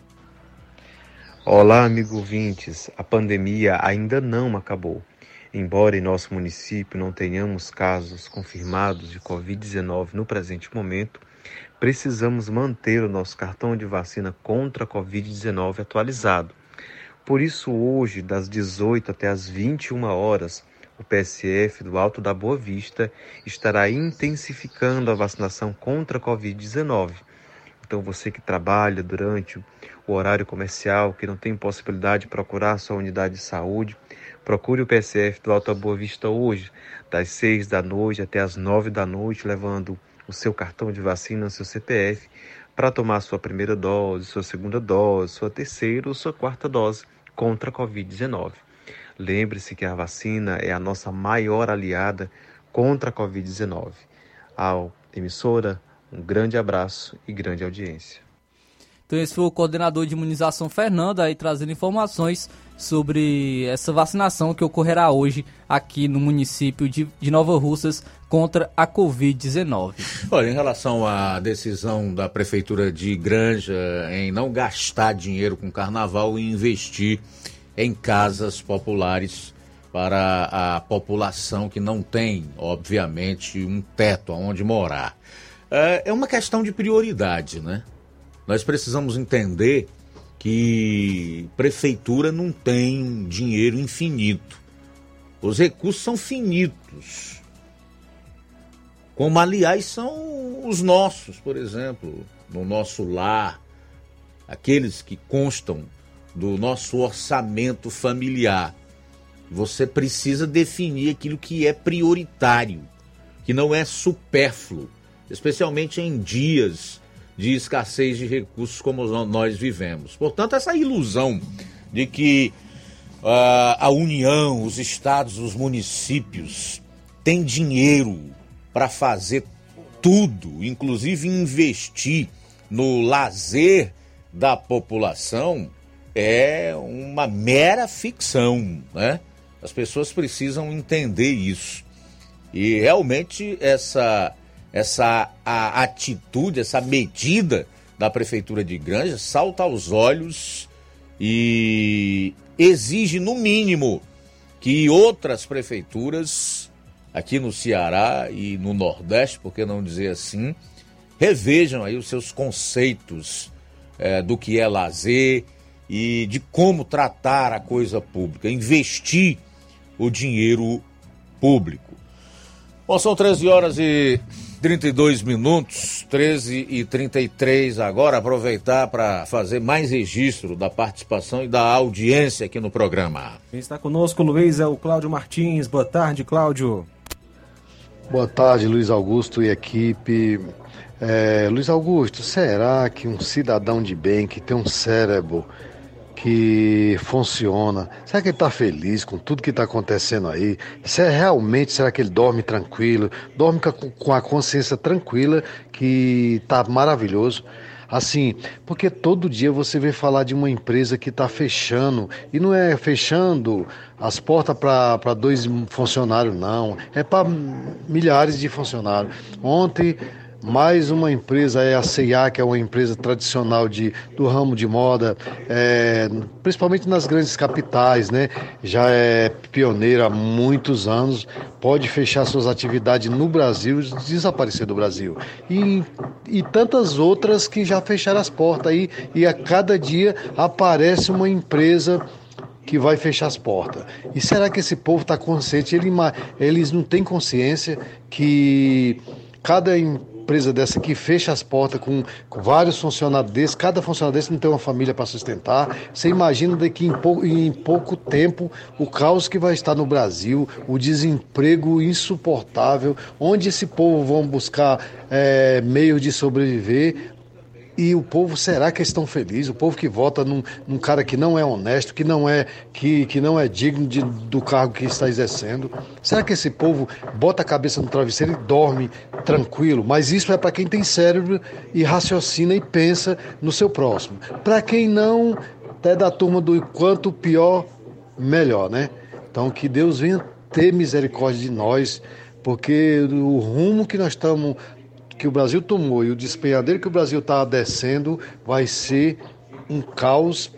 Olá, amigo ouvintes. A pandemia ainda não acabou. Embora em nosso município não tenhamos casos confirmados de Covid-19 no presente momento, precisamos manter o nosso cartão de vacina contra a Covid-19 atualizado. Por isso, hoje, das 18 até as 21 horas, o PSF do Alto da Boa Vista estará intensificando a vacinação contra a Covid-19. Então, você que trabalha durante o horário comercial, que não tem possibilidade de procurar a sua unidade de saúde, procure o PSF do Alto da Boa Vista hoje, das 6 da noite até as 9 da noite, levando o seu cartão de vacina, seu CPF, para tomar sua primeira dose, sua segunda dose, sua terceira ou sua quarta dose contra a Covid-19. Lembre-se que a vacina é a nossa maior aliada contra a Covid-19. À emissora, um grande abraço e grande audiência. Então esse foi o coordenador de imunização, Fernando, aí trazendo informações sobre essa vacinação que ocorrerá hoje aqui no município de Nova Russas contra a Covid-19. Olha, em relação à decisão da Prefeitura de Granja em não gastar dinheiro com carnaval e investir em casas populares para a população que não tem, obviamente, um teto aonde morar. É uma questão de prioridade, né? Nós precisamos entender que prefeitura não tem dinheiro infinito. Os recursos são finitos. Como, aliás, são os nossos, por exemplo, no nosso lar, aqueles que constam do nosso orçamento familiar. Você precisa definir aquilo que é prioritário, que não é supérfluo, especialmente em dias de escassez de recursos como nós vivemos. Portanto, essa ilusão de que a União, os estados, os municípios têm dinheiro para fazer tudo, inclusive investir no lazer da população, é uma mera ficção, né? As pessoas precisam entender isso. E realmente essa atitude, essa medida da Prefeitura de Granja salta aos olhos e exige, no mínimo, que outras prefeituras aqui no Ceará e no Nordeste, por que não dizer assim, revejam aí os seus conceitos do que é lazer e de como tratar a coisa pública, investir o dinheiro público. Bom, são 13 horas e 32 minutos, 13h33 agora. Aproveitar para fazer mais registro da participação e da audiência aqui no programa. Quem está conosco, Luiz, é o Cláudio Martins. Boa tarde, Cláudio. Boa tarde, Luiz Augusto e equipe. Luiz Augusto, será que um cidadão de bem que tem um cérebro que funciona, será que ele está feliz com tudo que está acontecendo aí? Será que ele dorme tranquilo, dorme com a consciência tranquila, que está maravilhoso? Assim, porque todo dia você vê falar de uma empresa que está fechando, e não é fechando as portas para 2 funcionários, não, é para milhares de funcionários. Ontem, mais uma empresa, a C&A, que é uma empresa tradicional do ramo de moda, principalmente nas grandes capitais, né? Já é pioneira há muitos anos, pode fechar suas atividades no Brasil, desaparecer do Brasil. E tantas outras que já fecharam as portas aí, e a cada dia aparece uma empresa que vai fechar as portas. E será que esse povo está consciente? Eles não têm consciência que cada empresa dessa que fecha as portas com vários funcionários desses, cada funcionário desse não tem uma família para sustentar. Você imagina daqui em pouco tempo o caos que vai estar no Brasil, o desemprego insuportável, onde esse povo vão buscar meios de sobreviver. E o povo, será que eles estão felizes? O povo que vota num cara que não é honesto, que não é digno do cargo que está exercendo. Será que esse povo bota a cabeça no travesseiro e dorme tranquilo? Mas isso é para quem tem cérebro e raciocina e pensa no seu próximo. Para quem não, é da turma do quanto pior, melhor, né? Então que Deus venha ter misericórdia de nós, porque o rumo que nós estamos... que o Brasil tomou e o despenhadeiro que o Brasil está descendo vai ser um caos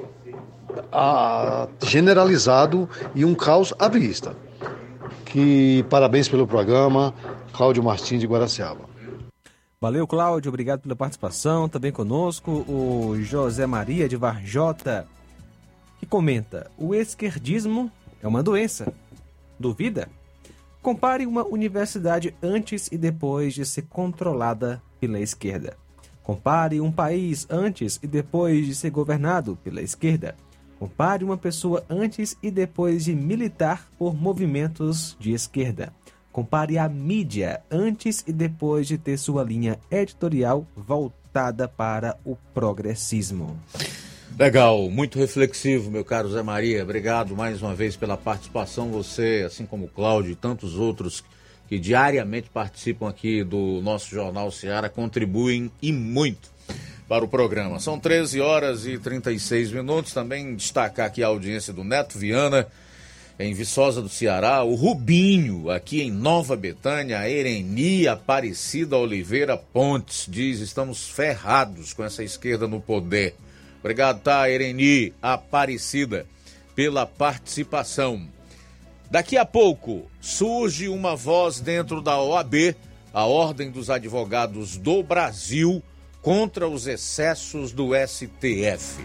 generalizado e um caos à vista. Parabéns pelo programa, Cláudio Martins de Guaraciaba. Valeu, Cláudio, obrigado pela participação. Também conosco o José Maria de Varjota, que comenta: o esquerdismo é uma doença. Duvida? Compare uma universidade antes e depois de ser controlada pela esquerda. Compare um país antes e depois de ser governado pela esquerda. Compare uma pessoa antes e depois de militar por movimentos de esquerda. Compare a mídia antes e depois de ter sua linha editorial voltada para o progressismo. Legal, muito reflexivo, meu caro Zé Maria. Obrigado mais uma vez pela participação. Você, assim como o Cláudio e tantos outros que diariamente participam aqui do nosso Jornal Seara, contribuem e muito para o programa. São 13 horas e 36 minutos. Também destacar aqui a audiência do Neto Viana, em Viçosa do Ceará, o Rubinho, aqui em Nova Betânia, a Ereni Aparecida Oliveira Pontes, diz: estamos ferrados com essa esquerda no poder. Obrigado, tá, Ereni Aparecida, pela participação. Daqui a pouco surge uma voz dentro da OAB, a Ordem dos Advogados do Brasil, contra os excessos do STF.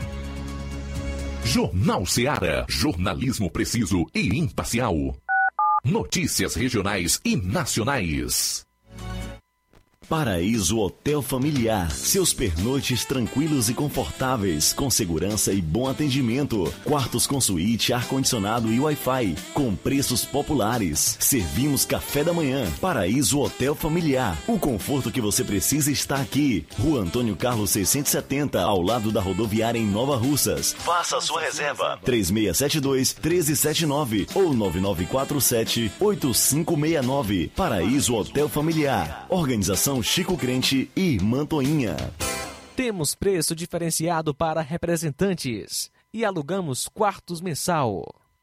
Jornal Seara, jornalismo preciso e imparcial. Notícias regionais e nacionais. Paraíso Hotel Familiar. Seus pernoites tranquilos e confortáveis, com segurança e bom atendimento. Quartos com suíte, ar-condicionado e Wi-Fi, com preços populares. Servimos café da manhã. Paraíso Hotel Familiar. O conforto que você precisa está aqui. Rua Antônio Carlos 670, ao lado da rodoviária em Nova Russas. Faça a sua reserva. 3672-1379 ou 9947-8569. Paraíso Hotel Familiar. Organização Chico Crente e Mantoinha. Temos preço diferenciado para representantes e alugamos quartos mensal.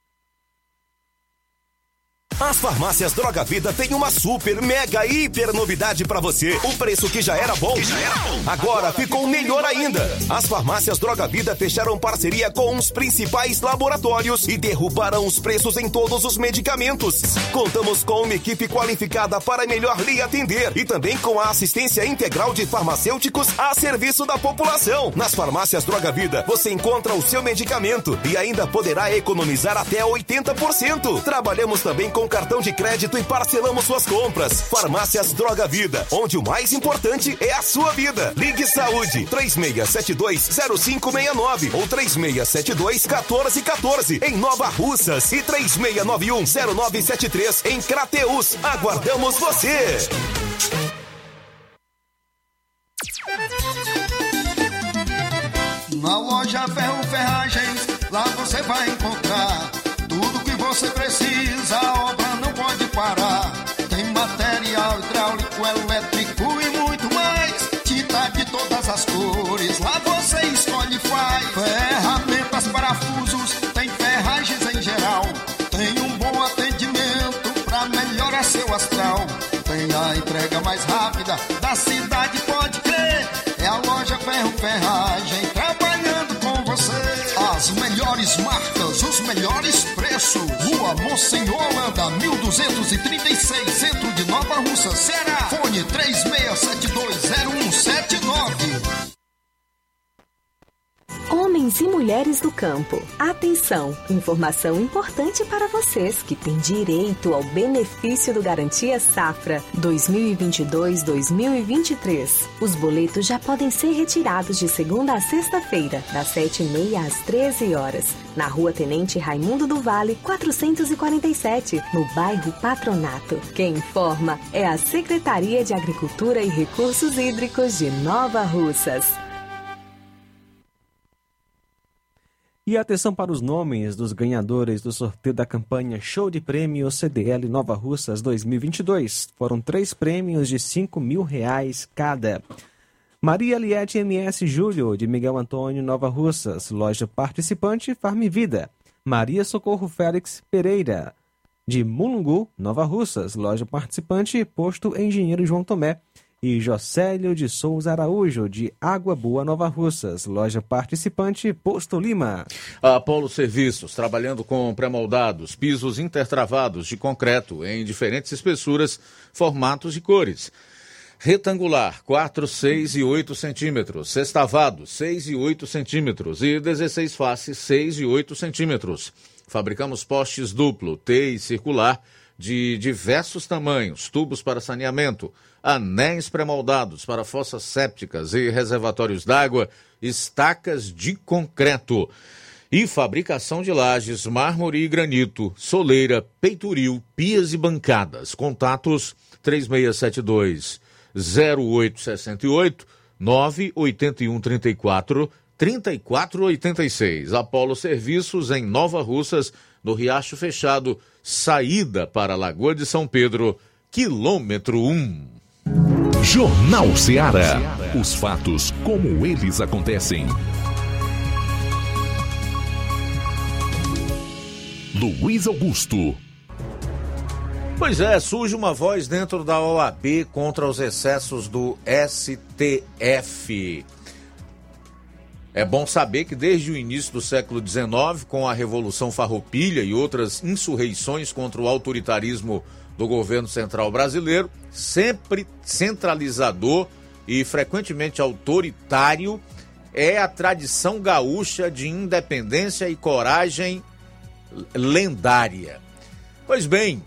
As farmácias Droga Vida têm uma super, mega, hiper novidade pra você. O preço que já era bom, agora ficou melhor ainda. As farmácias Droga Vida fecharam parceria com os principais laboratórios e derrubaram os preços em todos os medicamentos. Contamos com uma equipe qualificada para melhor lhe atender e também com a assistência integral de farmacêuticos a serviço da população. Nas farmácias Droga Vida, você encontra o seu medicamento e ainda poderá economizar até 80%. Trabalhamos também com cartão de crédito e parcelamos suas compras. Farmácias Droga Vida, onde o mais importante é a sua vida. Ligue Saúde 3672-0569 ou 3672-1414 em Nova Russas e 3691-0973 em Crateús. Aguardamos você! Na loja Ferro Ferragens, lá você vai encontrar tudo que você precisa, a obra não pode parar. Tem material hidráulico, elétrico e muito mais. Tinta de todas as cores, lá você escolhe e faz. Ferramentas, parafusos, tem ferragens em geral. Tem um bom atendimento pra melhorar seu astral. Tem a entrega mais rápida da cidade, pode crer. É a loja Ferro Ferragem trabalhando com você. As melhores marcas, os melhores preços. Rua Monsenhor Holanda, 1236, centro de Nova Russa, Ceará. Fone 36720179. homens e mulheres do campo. Atenção! Informação importante para vocês que têm direito ao benefício do Garantia Safra 2022-2023. Os boletos já podem ser retirados de segunda a sexta-feira, das 7h30 às 13 horas, na Rua Tenente Raimundo do Vale, 447, no bairro Patronato. Quem informa é a Secretaria de Agricultura e Recursos Hídricos de Nova Russas. E atenção para os nomes dos ganhadores do sorteio da campanha Show de Prêmio CDL Nova Russas 2022. Foram 3 prêmios de R$5.000 cada. Maria Liette MS Júlio, de Miguel Antônio, Nova Russas, loja participante Farm Vida. Maria Socorro Félix Pereira, de Mulungu, Nova Russas, loja participante Posto Engenheiro João Tomé. E Jocélio de Souza Araújo, de Água Boa, Nova Russas, loja participante Posto Lima. A Apolo Serviços, trabalhando com pré-moldados, pisos intertravados de concreto em diferentes espessuras, formatos e cores. Retangular, 4, 6 e 8 centímetros. Sextavado, 6 e 8 centímetros. E 16 faces, 6 e 8 centímetros. Fabricamos postes duplo, T e circular, de diversos tamanhos, tubos para saneamento, anéis pré-moldados para fossas sépticas e reservatórios d'água, estacas de concreto. E fabricação de lajes, mármore e granito, soleira, peitoril, pias e bancadas. Contatos 3672-0868, 98134-3486. Apolo Serviços em Nova Russas, no Riacho Fechado, saída para a Lagoa de São Pedro, quilômetro 1. Jornal Ceará. Os fatos como eles acontecem. Luiz Augusto. Pois é, surge uma voz dentro da OAB contra os excessos do STF. É bom saber que desde o início do século XIX, com a Revolução Farroupilha e outras insurreições contra o autoritarismo do governo central brasileiro, sempre centralizador e frequentemente autoritário, é a tradição gaúcha de independência e coragem lendária. Pois bem,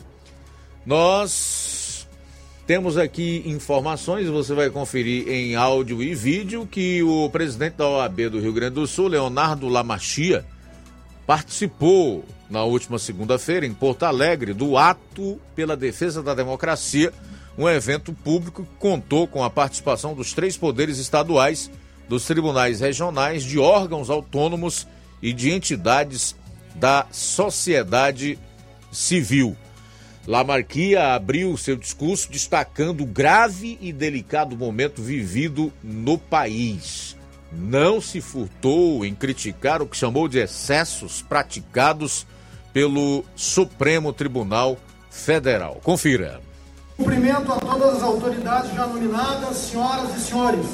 nós temos aqui informações, você vai conferir em áudio e vídeo, que o presidente da OAB do Rio Grande do Sul, Leonardo Lamachia, participou na última segunda-feira em Porto Alegre do Ato pela Defesa da Democracia, um evento público que contou com a participação dos 3 poderes estaduais, dos tribunais regionais, de órgãos autônomos e de entidades da sociedade civil. Lamachia abriu seu discurso destacando o grave e delicado momento vivido no país. Não se furtou em criticar o que chamou de excessos praticados pelo Supremo Tribunal Federal. Confira. Cumprimento a todas as autoridades já nominadas, senhoras e senhores.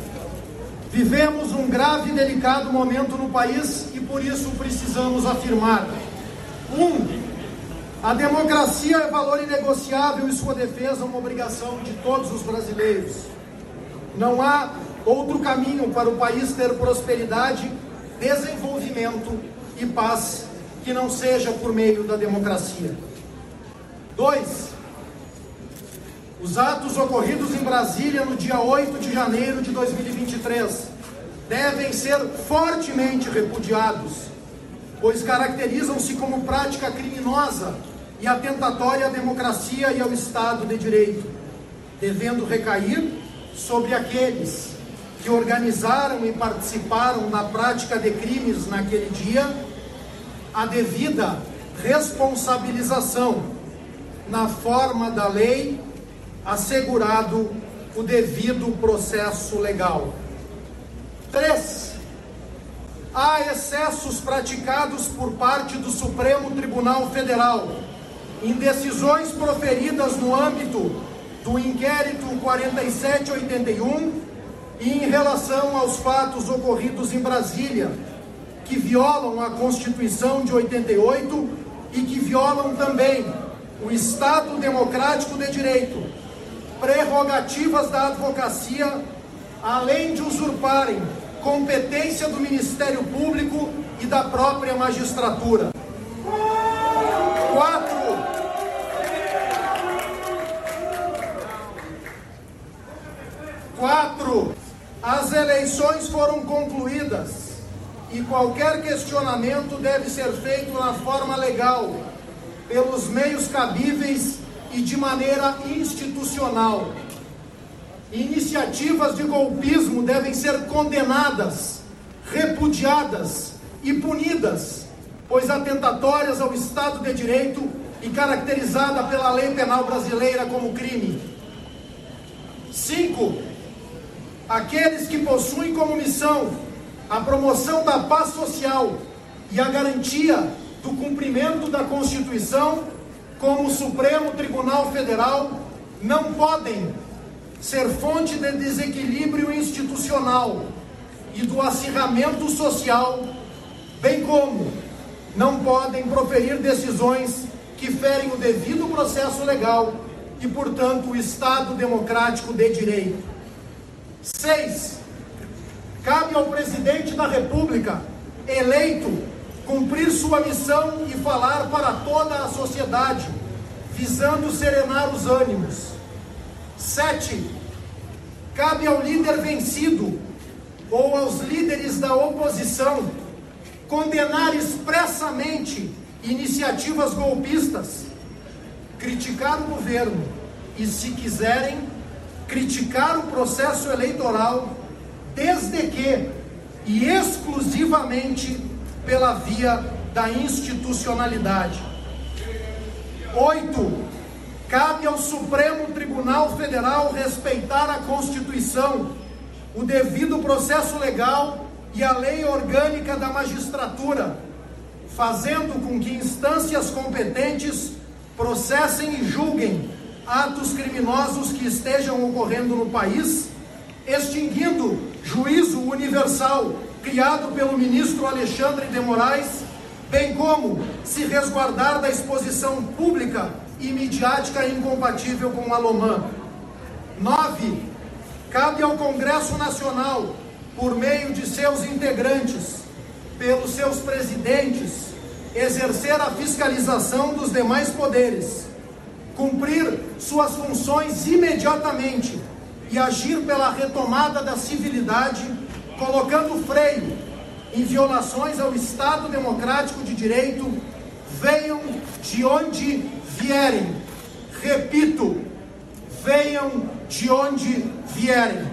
Vivemos um grave e delicado momento no país e por isso precisamos afirmar: 1. A democracia é valor inegociável e sua defesa é uma obrigação de todos os brasileiros. Não há outro caminho para o país ter prosperidade, desenvolvimento e paz que não seja por meio da democracia. 2. Os atos ocorridos em Brasília no dia 8 de janeiro de 2023 devem ser fortemente repudiados, pois caracterizam-se como prática criminosa e atentatória à democracia e ao Estado de Direito, devendo recair sobre aqueles que organizaram e participaram da prática de crimes naquele dia a devida responsabilização na forma da lei, assegurado o devido processo legal. 3. Há excessos praticados por parte do Supremo Tribunal Federal em decisões proferidas no âmbito do inquérito 4781 e em relação aos fatos ocorridos em Brasília, que violam a Constituição de 88 e que violam também o Estado Democrático de Direito, prerrogativas da advocacia, além de usurparem competência do Ministério Público e da própria magistratura. 4. As eleições foram concluídas e qualquer questionamento deve ser feito na forma legal, pelos meios cabíveis e de maneira institucional. Iniciativas de golpismo devem ser condenadas, repudiadas e punidas, pois atentatórias ao Estado de Direito e caracterizada pela lei penal brasileira como crime. 5. Aqueles que possuem como missão a promoção da paz social e a garantia do cumprimento da Constituição, como o Supremo Tribunal Federal, não podem ser fonte de desequilíbrio institucional e do acirramento social, bem como não podem proferir decisões que ferem o devido processo legal e, portanto, o Estado democrático de direito. 6. Cabe ao presidente da República, eleito, cumprir sua missão e falar para toda a sociedade, visando serenar os ânimos. 7. Cabe ao líder vencido ou aos líderes da oposição condenar expressamente iniciativas golpistas, criticar o governo e, se quiserem, criticar o processo eleitoral, desde que e exclusivamente pela via da institucionalidade. 8. Cabe ao Supremo Tribunal Federal respeitar a Constituição, o devido processo legal e a lei orgânica da magistratura, fazendo com que instâncias competentes processem e julguem atos criminosos que estejam ocorrendo no país, extinguindo juízo universal criado pelo ministro Alexandre de Moraes, bem como se resguardar da exposição pública e midiática incompatível com a LOMAN. 9. Cabe ao Congresso Nacional, por meio de seus integrantes, pelos seus presidentes, exercer a fiscalização dos demais poderes, cumprir suas funções imediatamente e agir pela retomada da civilidade, colocando freio em violações ao Estado Democrático de Direito, venham de onde vierem. Repito, venham de onde vierem.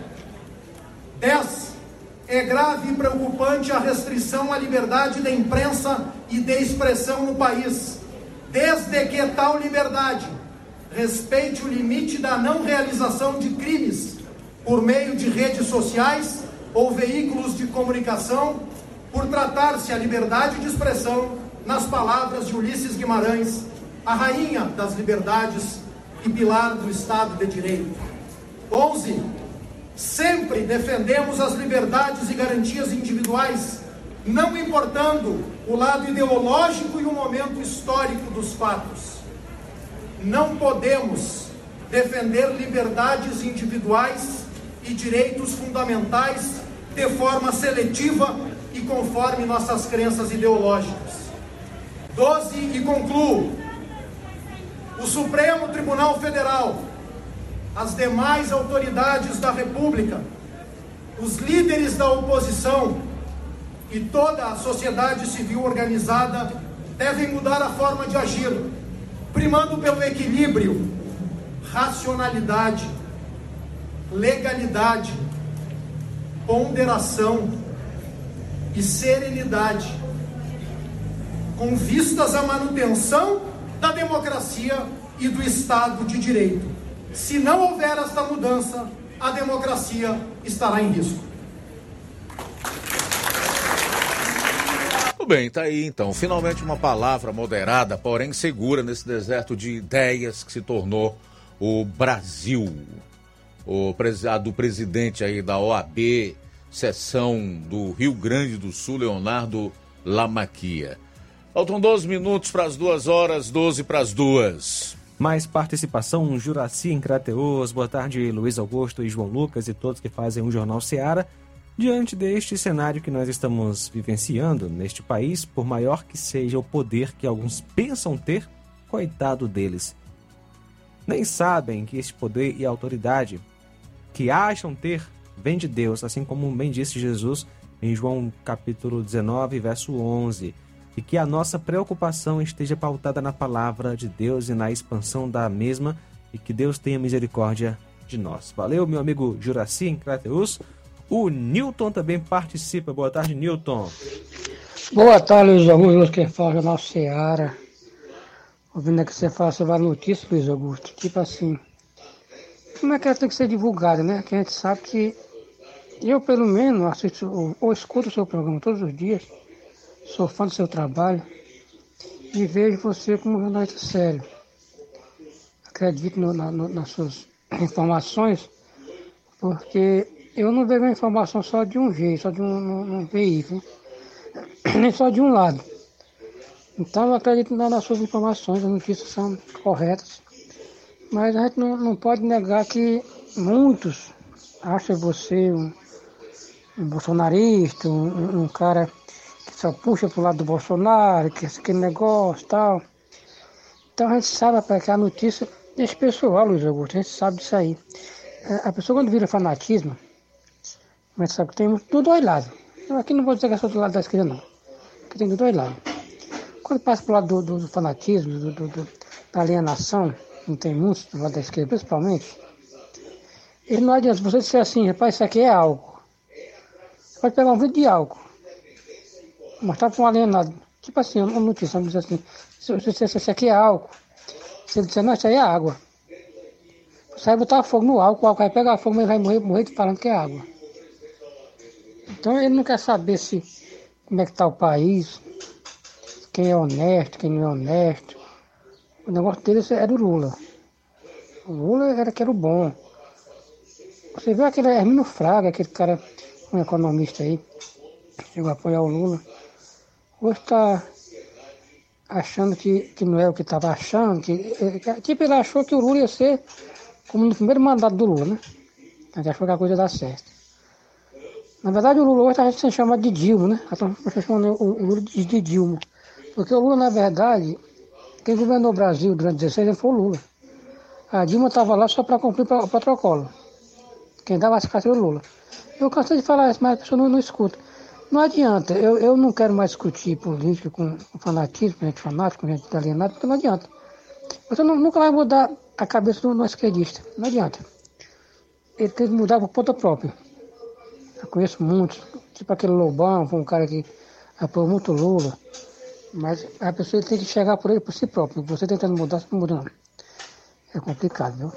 10. É grave e preocupante a restrição à liberdade da imprensa e de expressão no país, desde que tal liberdade respeite o limite da não realização de crimes por meio de redes sociais ou veículos de comunicação, por tratar-se a liberdade de expressão, nas palavras de Ulisses Guimarães, a rainha das liberdades e pilar do Estado de Direito. 11. Sempre defendemos as liberdades e garantias individuais, não importando o lado ideológico e o momento histórico dos fatos. Não podemos defender liberdades individuais e direitos fundamentais de forma seletiva e conforme nossas crenças ideológicas. 12. E concluo. O Supremo Tribunal Federal, as demais autoridades da República, os líderes da oposição e toda a sociedade civil organizada devem mudar a forma de agir, primando pelo equilíbrio, racionalidade, legalidade, ponderação e serenidade, com vistas à manutenção da democracia e do Estado de Direito. Se não houver esta mudança, a democracia estará em risco. Bem, tá aí então, finalmente uma palavra moderada, porém segura nesse deserto de ideias que se tornou o Brasil. A do presidente aí da OAB, seção do Rio Grande do Sul, Leonardo Lamaquia. Faltam 12 minutos para as 2h, 12 para as 2. Mais participação, Juraci em Crateús. Boa tarde, Luiz Augusto e João Lucas e todos que fazem o Jornal Seara. Diante deste cenário que nós estamos vivenciando neste país, por maior que seja o poder que alguns pensam ter, coitado deles. Nem sabem que este poder e autoridade que acham ter vem de Deus, assim como bem disse Jesus em João capítulo 19, verso 11, e que a nossa preocupação esteja pautada na palavra de Deus e na expansão da mesma, e que Deus tenha misericórdia de nós. Valeu, meu amigo Juraci, em Crateús. O Newton também participa. Boa tarde, Newton. Boa tarde, Luiz Augusto, quem fala, Jornal Seara. Ouvindo aqui você falar sobre a notícia, Luiz Augusto. Tipo assim, como é que ela tem que ser divulgada, né? Que a gente sabe que eu, pelo menos, assisto ou escuto o seu programa todos os dias, sou fã do seu trabalho e vejo você como um jornalista sério. Acredito nas suas informações, porque eu não vejo a informação só de um jeito, só de um veículo, nem só de um lado. Então eu acredito nas suas informações, as notícias são corretas, mas a gente não pode negar que muitos acham você um bolsonarista, um cara que só puxa pro lado do Bolsonaro, que é aquele negócio e tal. Então a gente sabe, rapaz, que a notícia, esse pessoal, Luiz Augusto, a gente sabe disso aí. A pessoa quando vira fanatismo, a gente sabe que tem do dois lados. Eu aqui não vou dizer que é só do lado da esquerda, não. Porque tem do dois lados. Quando passa pro lado do fanatismo, da alienação, não tem muitos do lado da esquerda, principalmente, ele não adianta você dizer assim, rapaz, isso aqui é álcool. Você pode pegar um vidro de álcool, mostrar para um alienado, tipo assim, uma notícia, vamos dizer assim, se você disser isso aqui é álcool, se ele disser, não, isso aí é água. Você vai botar fogo no álcool, o álcool vai pegar fogo, mas ele vai morrer falando que é água. Então ele não quer saber como é que está o país, quem é honesto, quem não é honesto. O negócio dele era o Lula. O Lula era que era o bom. Você viu aquele Hermínio Fraga, aquele cara, um economista aí, chegou a apoiar o Lula. Hoje está achando que não é o que estava achando, tipo ele achou que o Lula ia ser como no primeiro mandato do Lula, né? Ele achou que a coisa ia dar certo. Na verdade o Lula hoje está sendo chamado de Dilma, né? Estão chamando o Lula de Dilma. Porque o Lula, na verdade, quem governou o Brasil durante 16 anos foi o Lula. A Dilma estava lá só para cumprir o protocolo. Quem dava as cartas era o Lula. Eu cansei de falar isso, mas a pessoa não escuta. Não adianta, eu não quero mais discutir política com fanatismo, com gente fanática, com gente alienada, porque não adianta. Você nunca vai mudar a cabeça do nosso esquerdista, não adianta. Ele tem que mudar por conta própria. Eu conheço muitos, tipo aquele Lobão, foi um cara que apoiou muito o Lula, mas a pessoa tem que chegar por ele por si próprio. Você tentando mudar, você não muda não. É complicado, viu?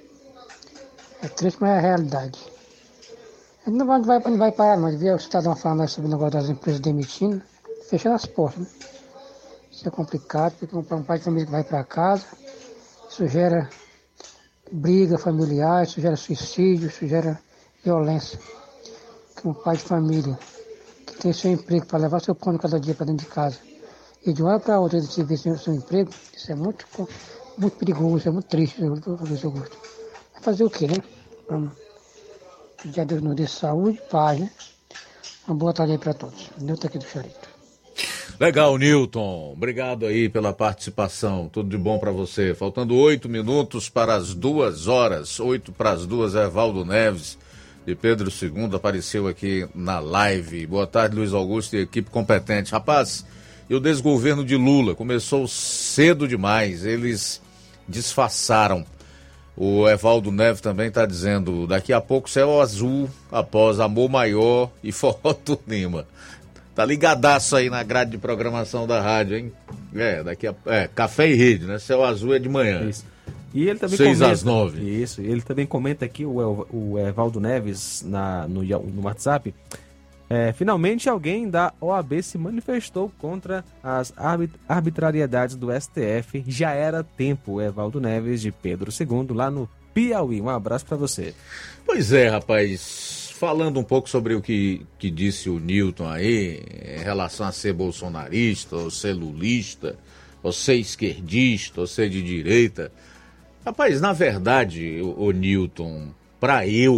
É triste, mas é a realidade. A gente não vai parar, não. Devia o cidadão falando sobre o negócio das empresas demitindo, fechando as portas, né? Isso é complicado, porque um pai de família que vai para casa, isso gera briga familiar, isso gera suicídio, isso gera violência. Que um pai de família que tem seu emprego para levar seu pão cada dia para dentro de casa e de uma hora para outra ele se vê sem seu emprego, isso é muito perigoso, é muito triste, Luiz Augusto. Vai fazer o quê, né? Vamos pedir a Deus nos dê saúde, paz, né? Uma boa tarde aí para todos. Nilton aqui do Charito. Legal, Newton. Obrigado aí pela participação. Tudo de bom para você. Faltando 8 minutos para as 2 horas. 8 para as 2, Evaldo Neves, de Pedro II, apareceu aqui na live. Boa tarde, Luiz Augusto e equipe competente. Rapaz, e o desgoverno de Lula começou cedo demais. Eles disfarçaram. O Evaldo Neves também está dizendo, daqui a pouco céu azul, após Amor Maior e Forró do Lima. Tá ligadaço aí na grade de programação da rádio, hein? Café e Rede, né? Céu azul é de manhã. Isso. E ele também 6 às 9. Isso, ele também comenta aqui, o Evaldo Neves, no WhatsApp, finalmente alguém da OAB se manifestou contra as arbitrariedades do STF. Já era tempo, Evaldo Neves, de Pedro II, lá no Piauí. Um abraço para você. Pois é, rapaz. Falando um pouco sobre o que disse o Newton aí, em relação a ser bolsonarista, ou ser lulista, ou ser esquerdista, ou ser de direita. Rapaz, na verdade, o Newton, para eu,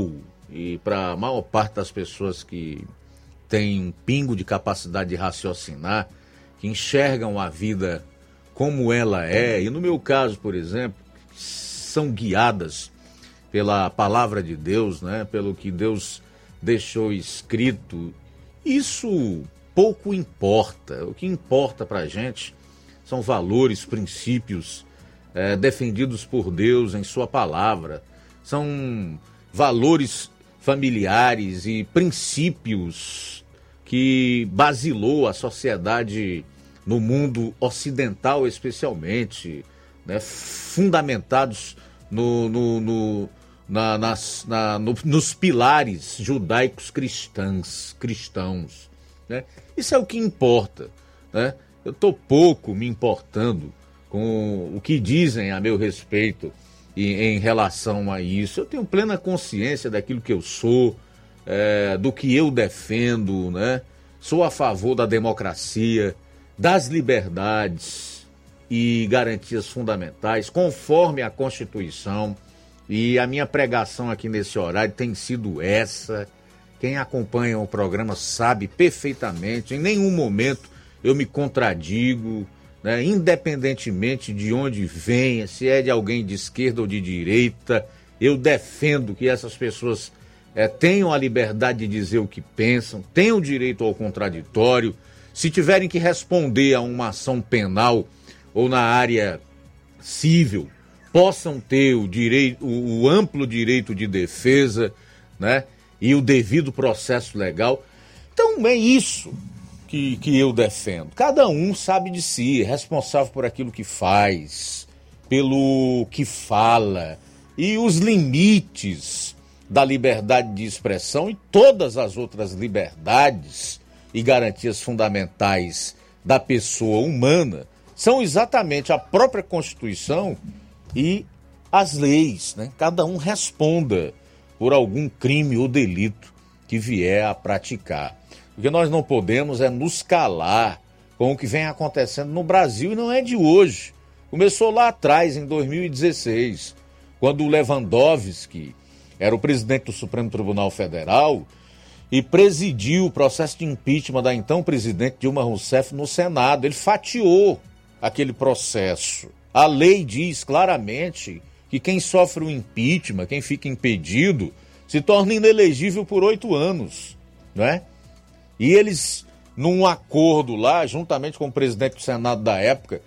e para a maior parte das pessoas que têm um pingo de capacidade de raciocinar, que enxergam a vida como ela é, e no meu caso, por exemplo, são guiadas pela palavra de Deus, né? Pelo que Deus deixou escrito, isso pouco importa. O que importa para a gente são valores, princípios defendidos por Deus em sua palavra, são valores familiares e princípios que basilou a sociedade no mundo ocidental especialmente, né, fundamentados nos pilares judaicos cristãos. Né? Isso é o que importa. Né? Eu estou pouco me importando com o que dizem a meu respeito em relação a isso. Eu tenho plena consciência daquilo que eu sou, do que eu defendo, né? Sou a favor da democracia, das liberdades e garantias fundamentais, conforme a Constituição, e a minha pregação aqui nesse horário tem sido essa. Quem acompanha o programa sabe perfeitamente, em nenhum momento eu me contradigo, né? Independentemente de onde venha, se é de alguém de esquerda ou de direita, eu defendo que essas pessoas tenham a liberdade de dizer o que pensam, tenham direito ao contraditório. Se tiverem que responder a uma ação penal ou na área civil, possam ter o amplo direito de defesa, né? E o devido processo legal. Então é isso que eu defendo. Cada um sabe de si, é responsável por aquilo que faz, pelo que fala, e os limites da liberdade de expressão e todas as outras liberdades e garantias fundamentais da pessoa humana são exatamente a própria Constituição e as leis, né? Cada um responda por algum crime ou delito que vier a praticar. O que nós não podemos é nos calar com o que vem acontecendo no Brasil, e não é de hoje. Começou lá atrás, em 2016, quando o Lewandowski era o presidente do Supremo Tribunal Federal e presidiu o processo de impeachment da então presidente Dilma Rousseff no Senado. Ele fatiou aquele processo. A lei diz claramente que quem sofre o impeachment, quem fica impedido, se torna inelegível por 8 anos, não é? E eles, num acordo lá, juntamente com o presidente do Senado da época,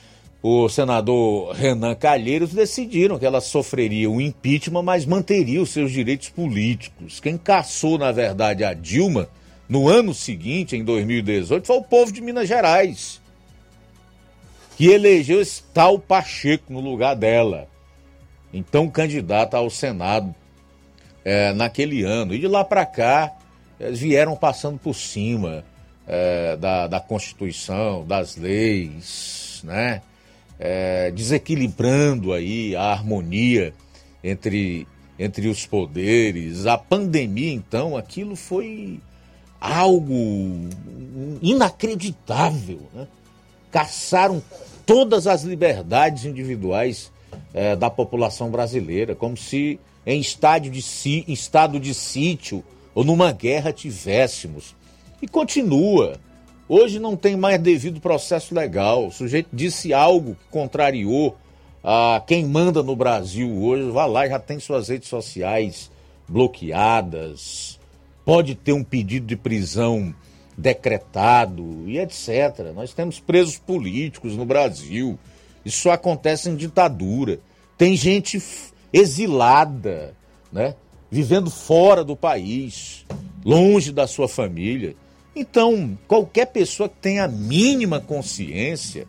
o senador Renan Calheiros, decidiram que ela sofreria o impeachment, mas manteria os seus direitos políticos. Quem caçou, na verdade, a Dilma, no ano seguinte, em 2018, foi o povo de Minas Gerais, que elegeu esse tal Pacheco no lugar dela, então candidata ao Senado naquele ano. E de lá para cá, eles vieram passando por cima da Constituição, das leis, né? Desequilibrando aí a harmonia entre os poderes. A pandemia, então, aquilo foi algo inacreditável, né? Caçaram todas as liberdades individuais da população brasileira, como se em estado de sítio ou numa guerra tivéssemos. E continua. Hoje não tem mais devido processo legal. O sujeito disse algo que contrariou a quem manda no Brasil hoje. Vai lá, já tem suas redes sociais bloqueadas, pode ter um pedido de prisão decretado e etc. Nós temos presos políticos no Brasil. Isso só acontece em ditadura. Tem gente exilada, né? Vivendo fora do país, longe da sua família. Então, qualquer pessoa que tenha a mínima consciência,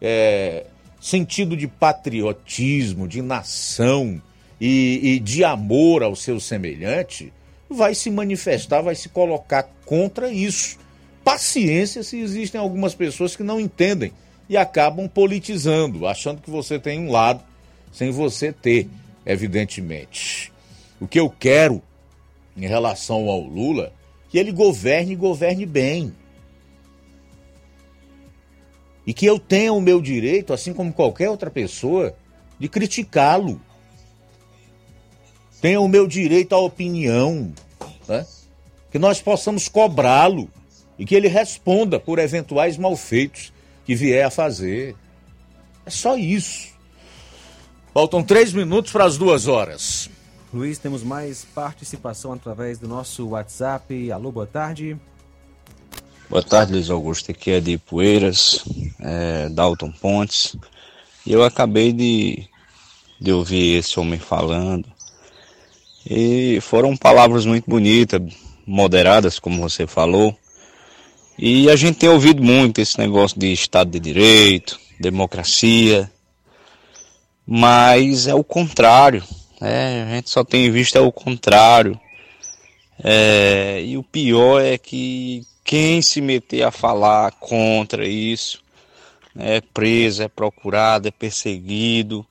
sentido de patriotismo, de nação e de amor ao seu semelhante, vai se manifestar, vai se colocar contra isso. Paciência se existem algumas pessoas que não entendem e acabam politizando, achando que você tem um lado, sem você ter, evidentemente. O que eu quero em relação ao Lula, que ele governe e governe bem. E que eu tenha o meu direito, assim como qualquer outra pessoa, de criticá-lo. tenha o meu direito à opinião, né? Que nós possamos cobrá-lo e que ele responda por eventuais malfeitos que vier a fazer. É só isso. Faltam 3 minutos para as 2h. Luiz, temos mais participação através do nosso WhatsApp. Alô, boa tarde. Boa tarde, Luiz Augusto. Aqui é de Ipueiras, Dalton Pontes. E eu acabei de ouvir esse homem falando. E foram palavras muito bonitas, moderadas, como você falou. E a gente tem ouvido muito esse negócio de Estado de Direito, democracia. Mas é o contrário, né? A gente só tem visto o contrário. E o pior é que quem se meter a falar contra isso é preso, é procurado, é perseguido.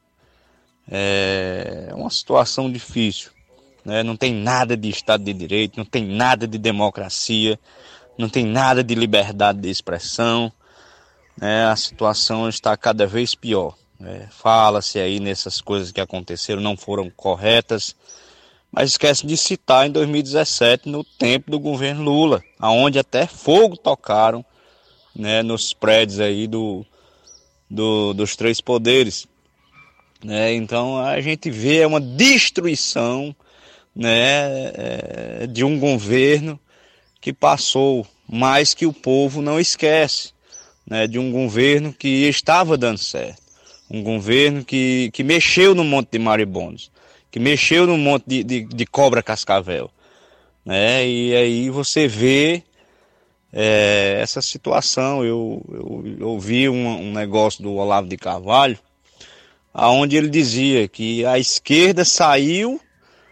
É uma situação difícil, né? Não tem nada de Estado de Direito, não tem nada de democracia, não tem nada de liberdade de expressão, né? A situação está cada vez pior. Fala-se aí nessas coisas que aconteceram, não foram corretas, mas esquece de citar em 2017, no tempo do governo Lula, onde até fogo tocaram, né, nos prédios aí dos 3 poderes. Então a gente vê uma destruição, né, de um governo que passou, mas que o povo não esquece, né, de um governo que estava dando certo. Um governo que mexeu no monte de maribondos, que mexeu no monte de cobra cascavel, né? E aí você vê essa situação. Eu ouvi um negócio do Olavo de Carvalho, onde ele dizia que a esquerda saiu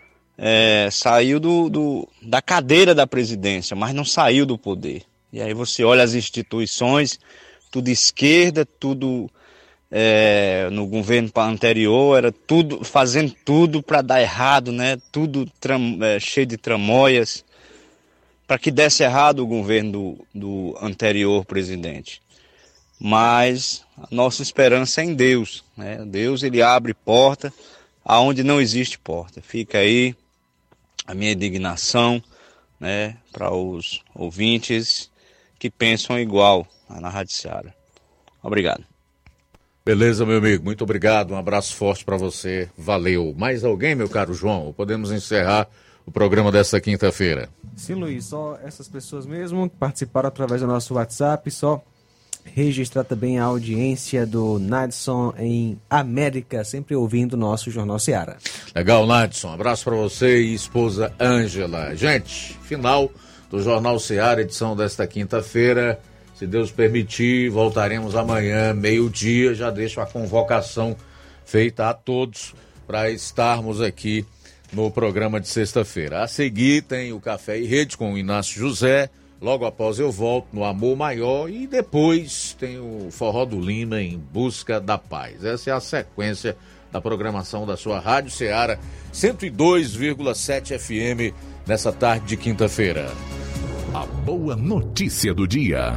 da cadeira da presidência, mas não saiu do poder. E aí você olha as instituições, tudo esquerda, tudo... no governo anterior era tudo, fazendo tudo para dar errado, né? Tudo cheio de tramóias para que desse errado o governo do anterior presidente. Mas a nossa esperança é em Deus, né? Deus, ele abre porta aonde não existe porta. Fica aí a minha indignação, né, para os ouvintes que pensam igual na Rádio Ceará. Obrigado. Beleza, meu amigo, muito obrigado, um abraço forte para você, valeu. Mais alguém, meu caro João? Podemos encerrar o programa desta quinta-feira? Sim, Luiz, só essas pessoas mesmo que participaram através do nosso WhatsApp, só registrar também a audiência do Nadson em América, sempre ouvindo o nosso Jornal Ceará. Legal, Nadson, abraço para você e esposa Ângela. Gente, final do Jornal Ceará, edição desta quinta-feira. Se Deus permitir, voltaremos amanhã, meio-dia. Já deixo a convocação feita a todos para estarmos aqui no programa de sexta-feira. A seguir tem o Café e Rede com o Inácio José. Logo após eu volto no Amor Maior e depois tem o Forró do Lima em Busca da Paz. Essa é a sequência da programação da sua Rádio Ceará 102,7 FM nessa tarde de quinta-feira. A boa notícia do dia.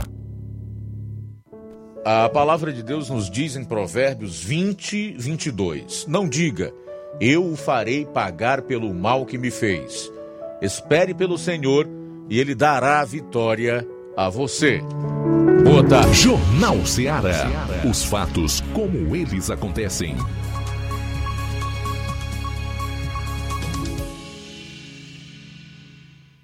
A palavra de Deus nos diz em Provérbios 20, 22. Não diga, eu o farei pagar pelo mal que me fez. Espere pelo Senhor e Ele dará a vitória a você. Boa tarde. Jornal Ceará. Os fatos como eles acontecem.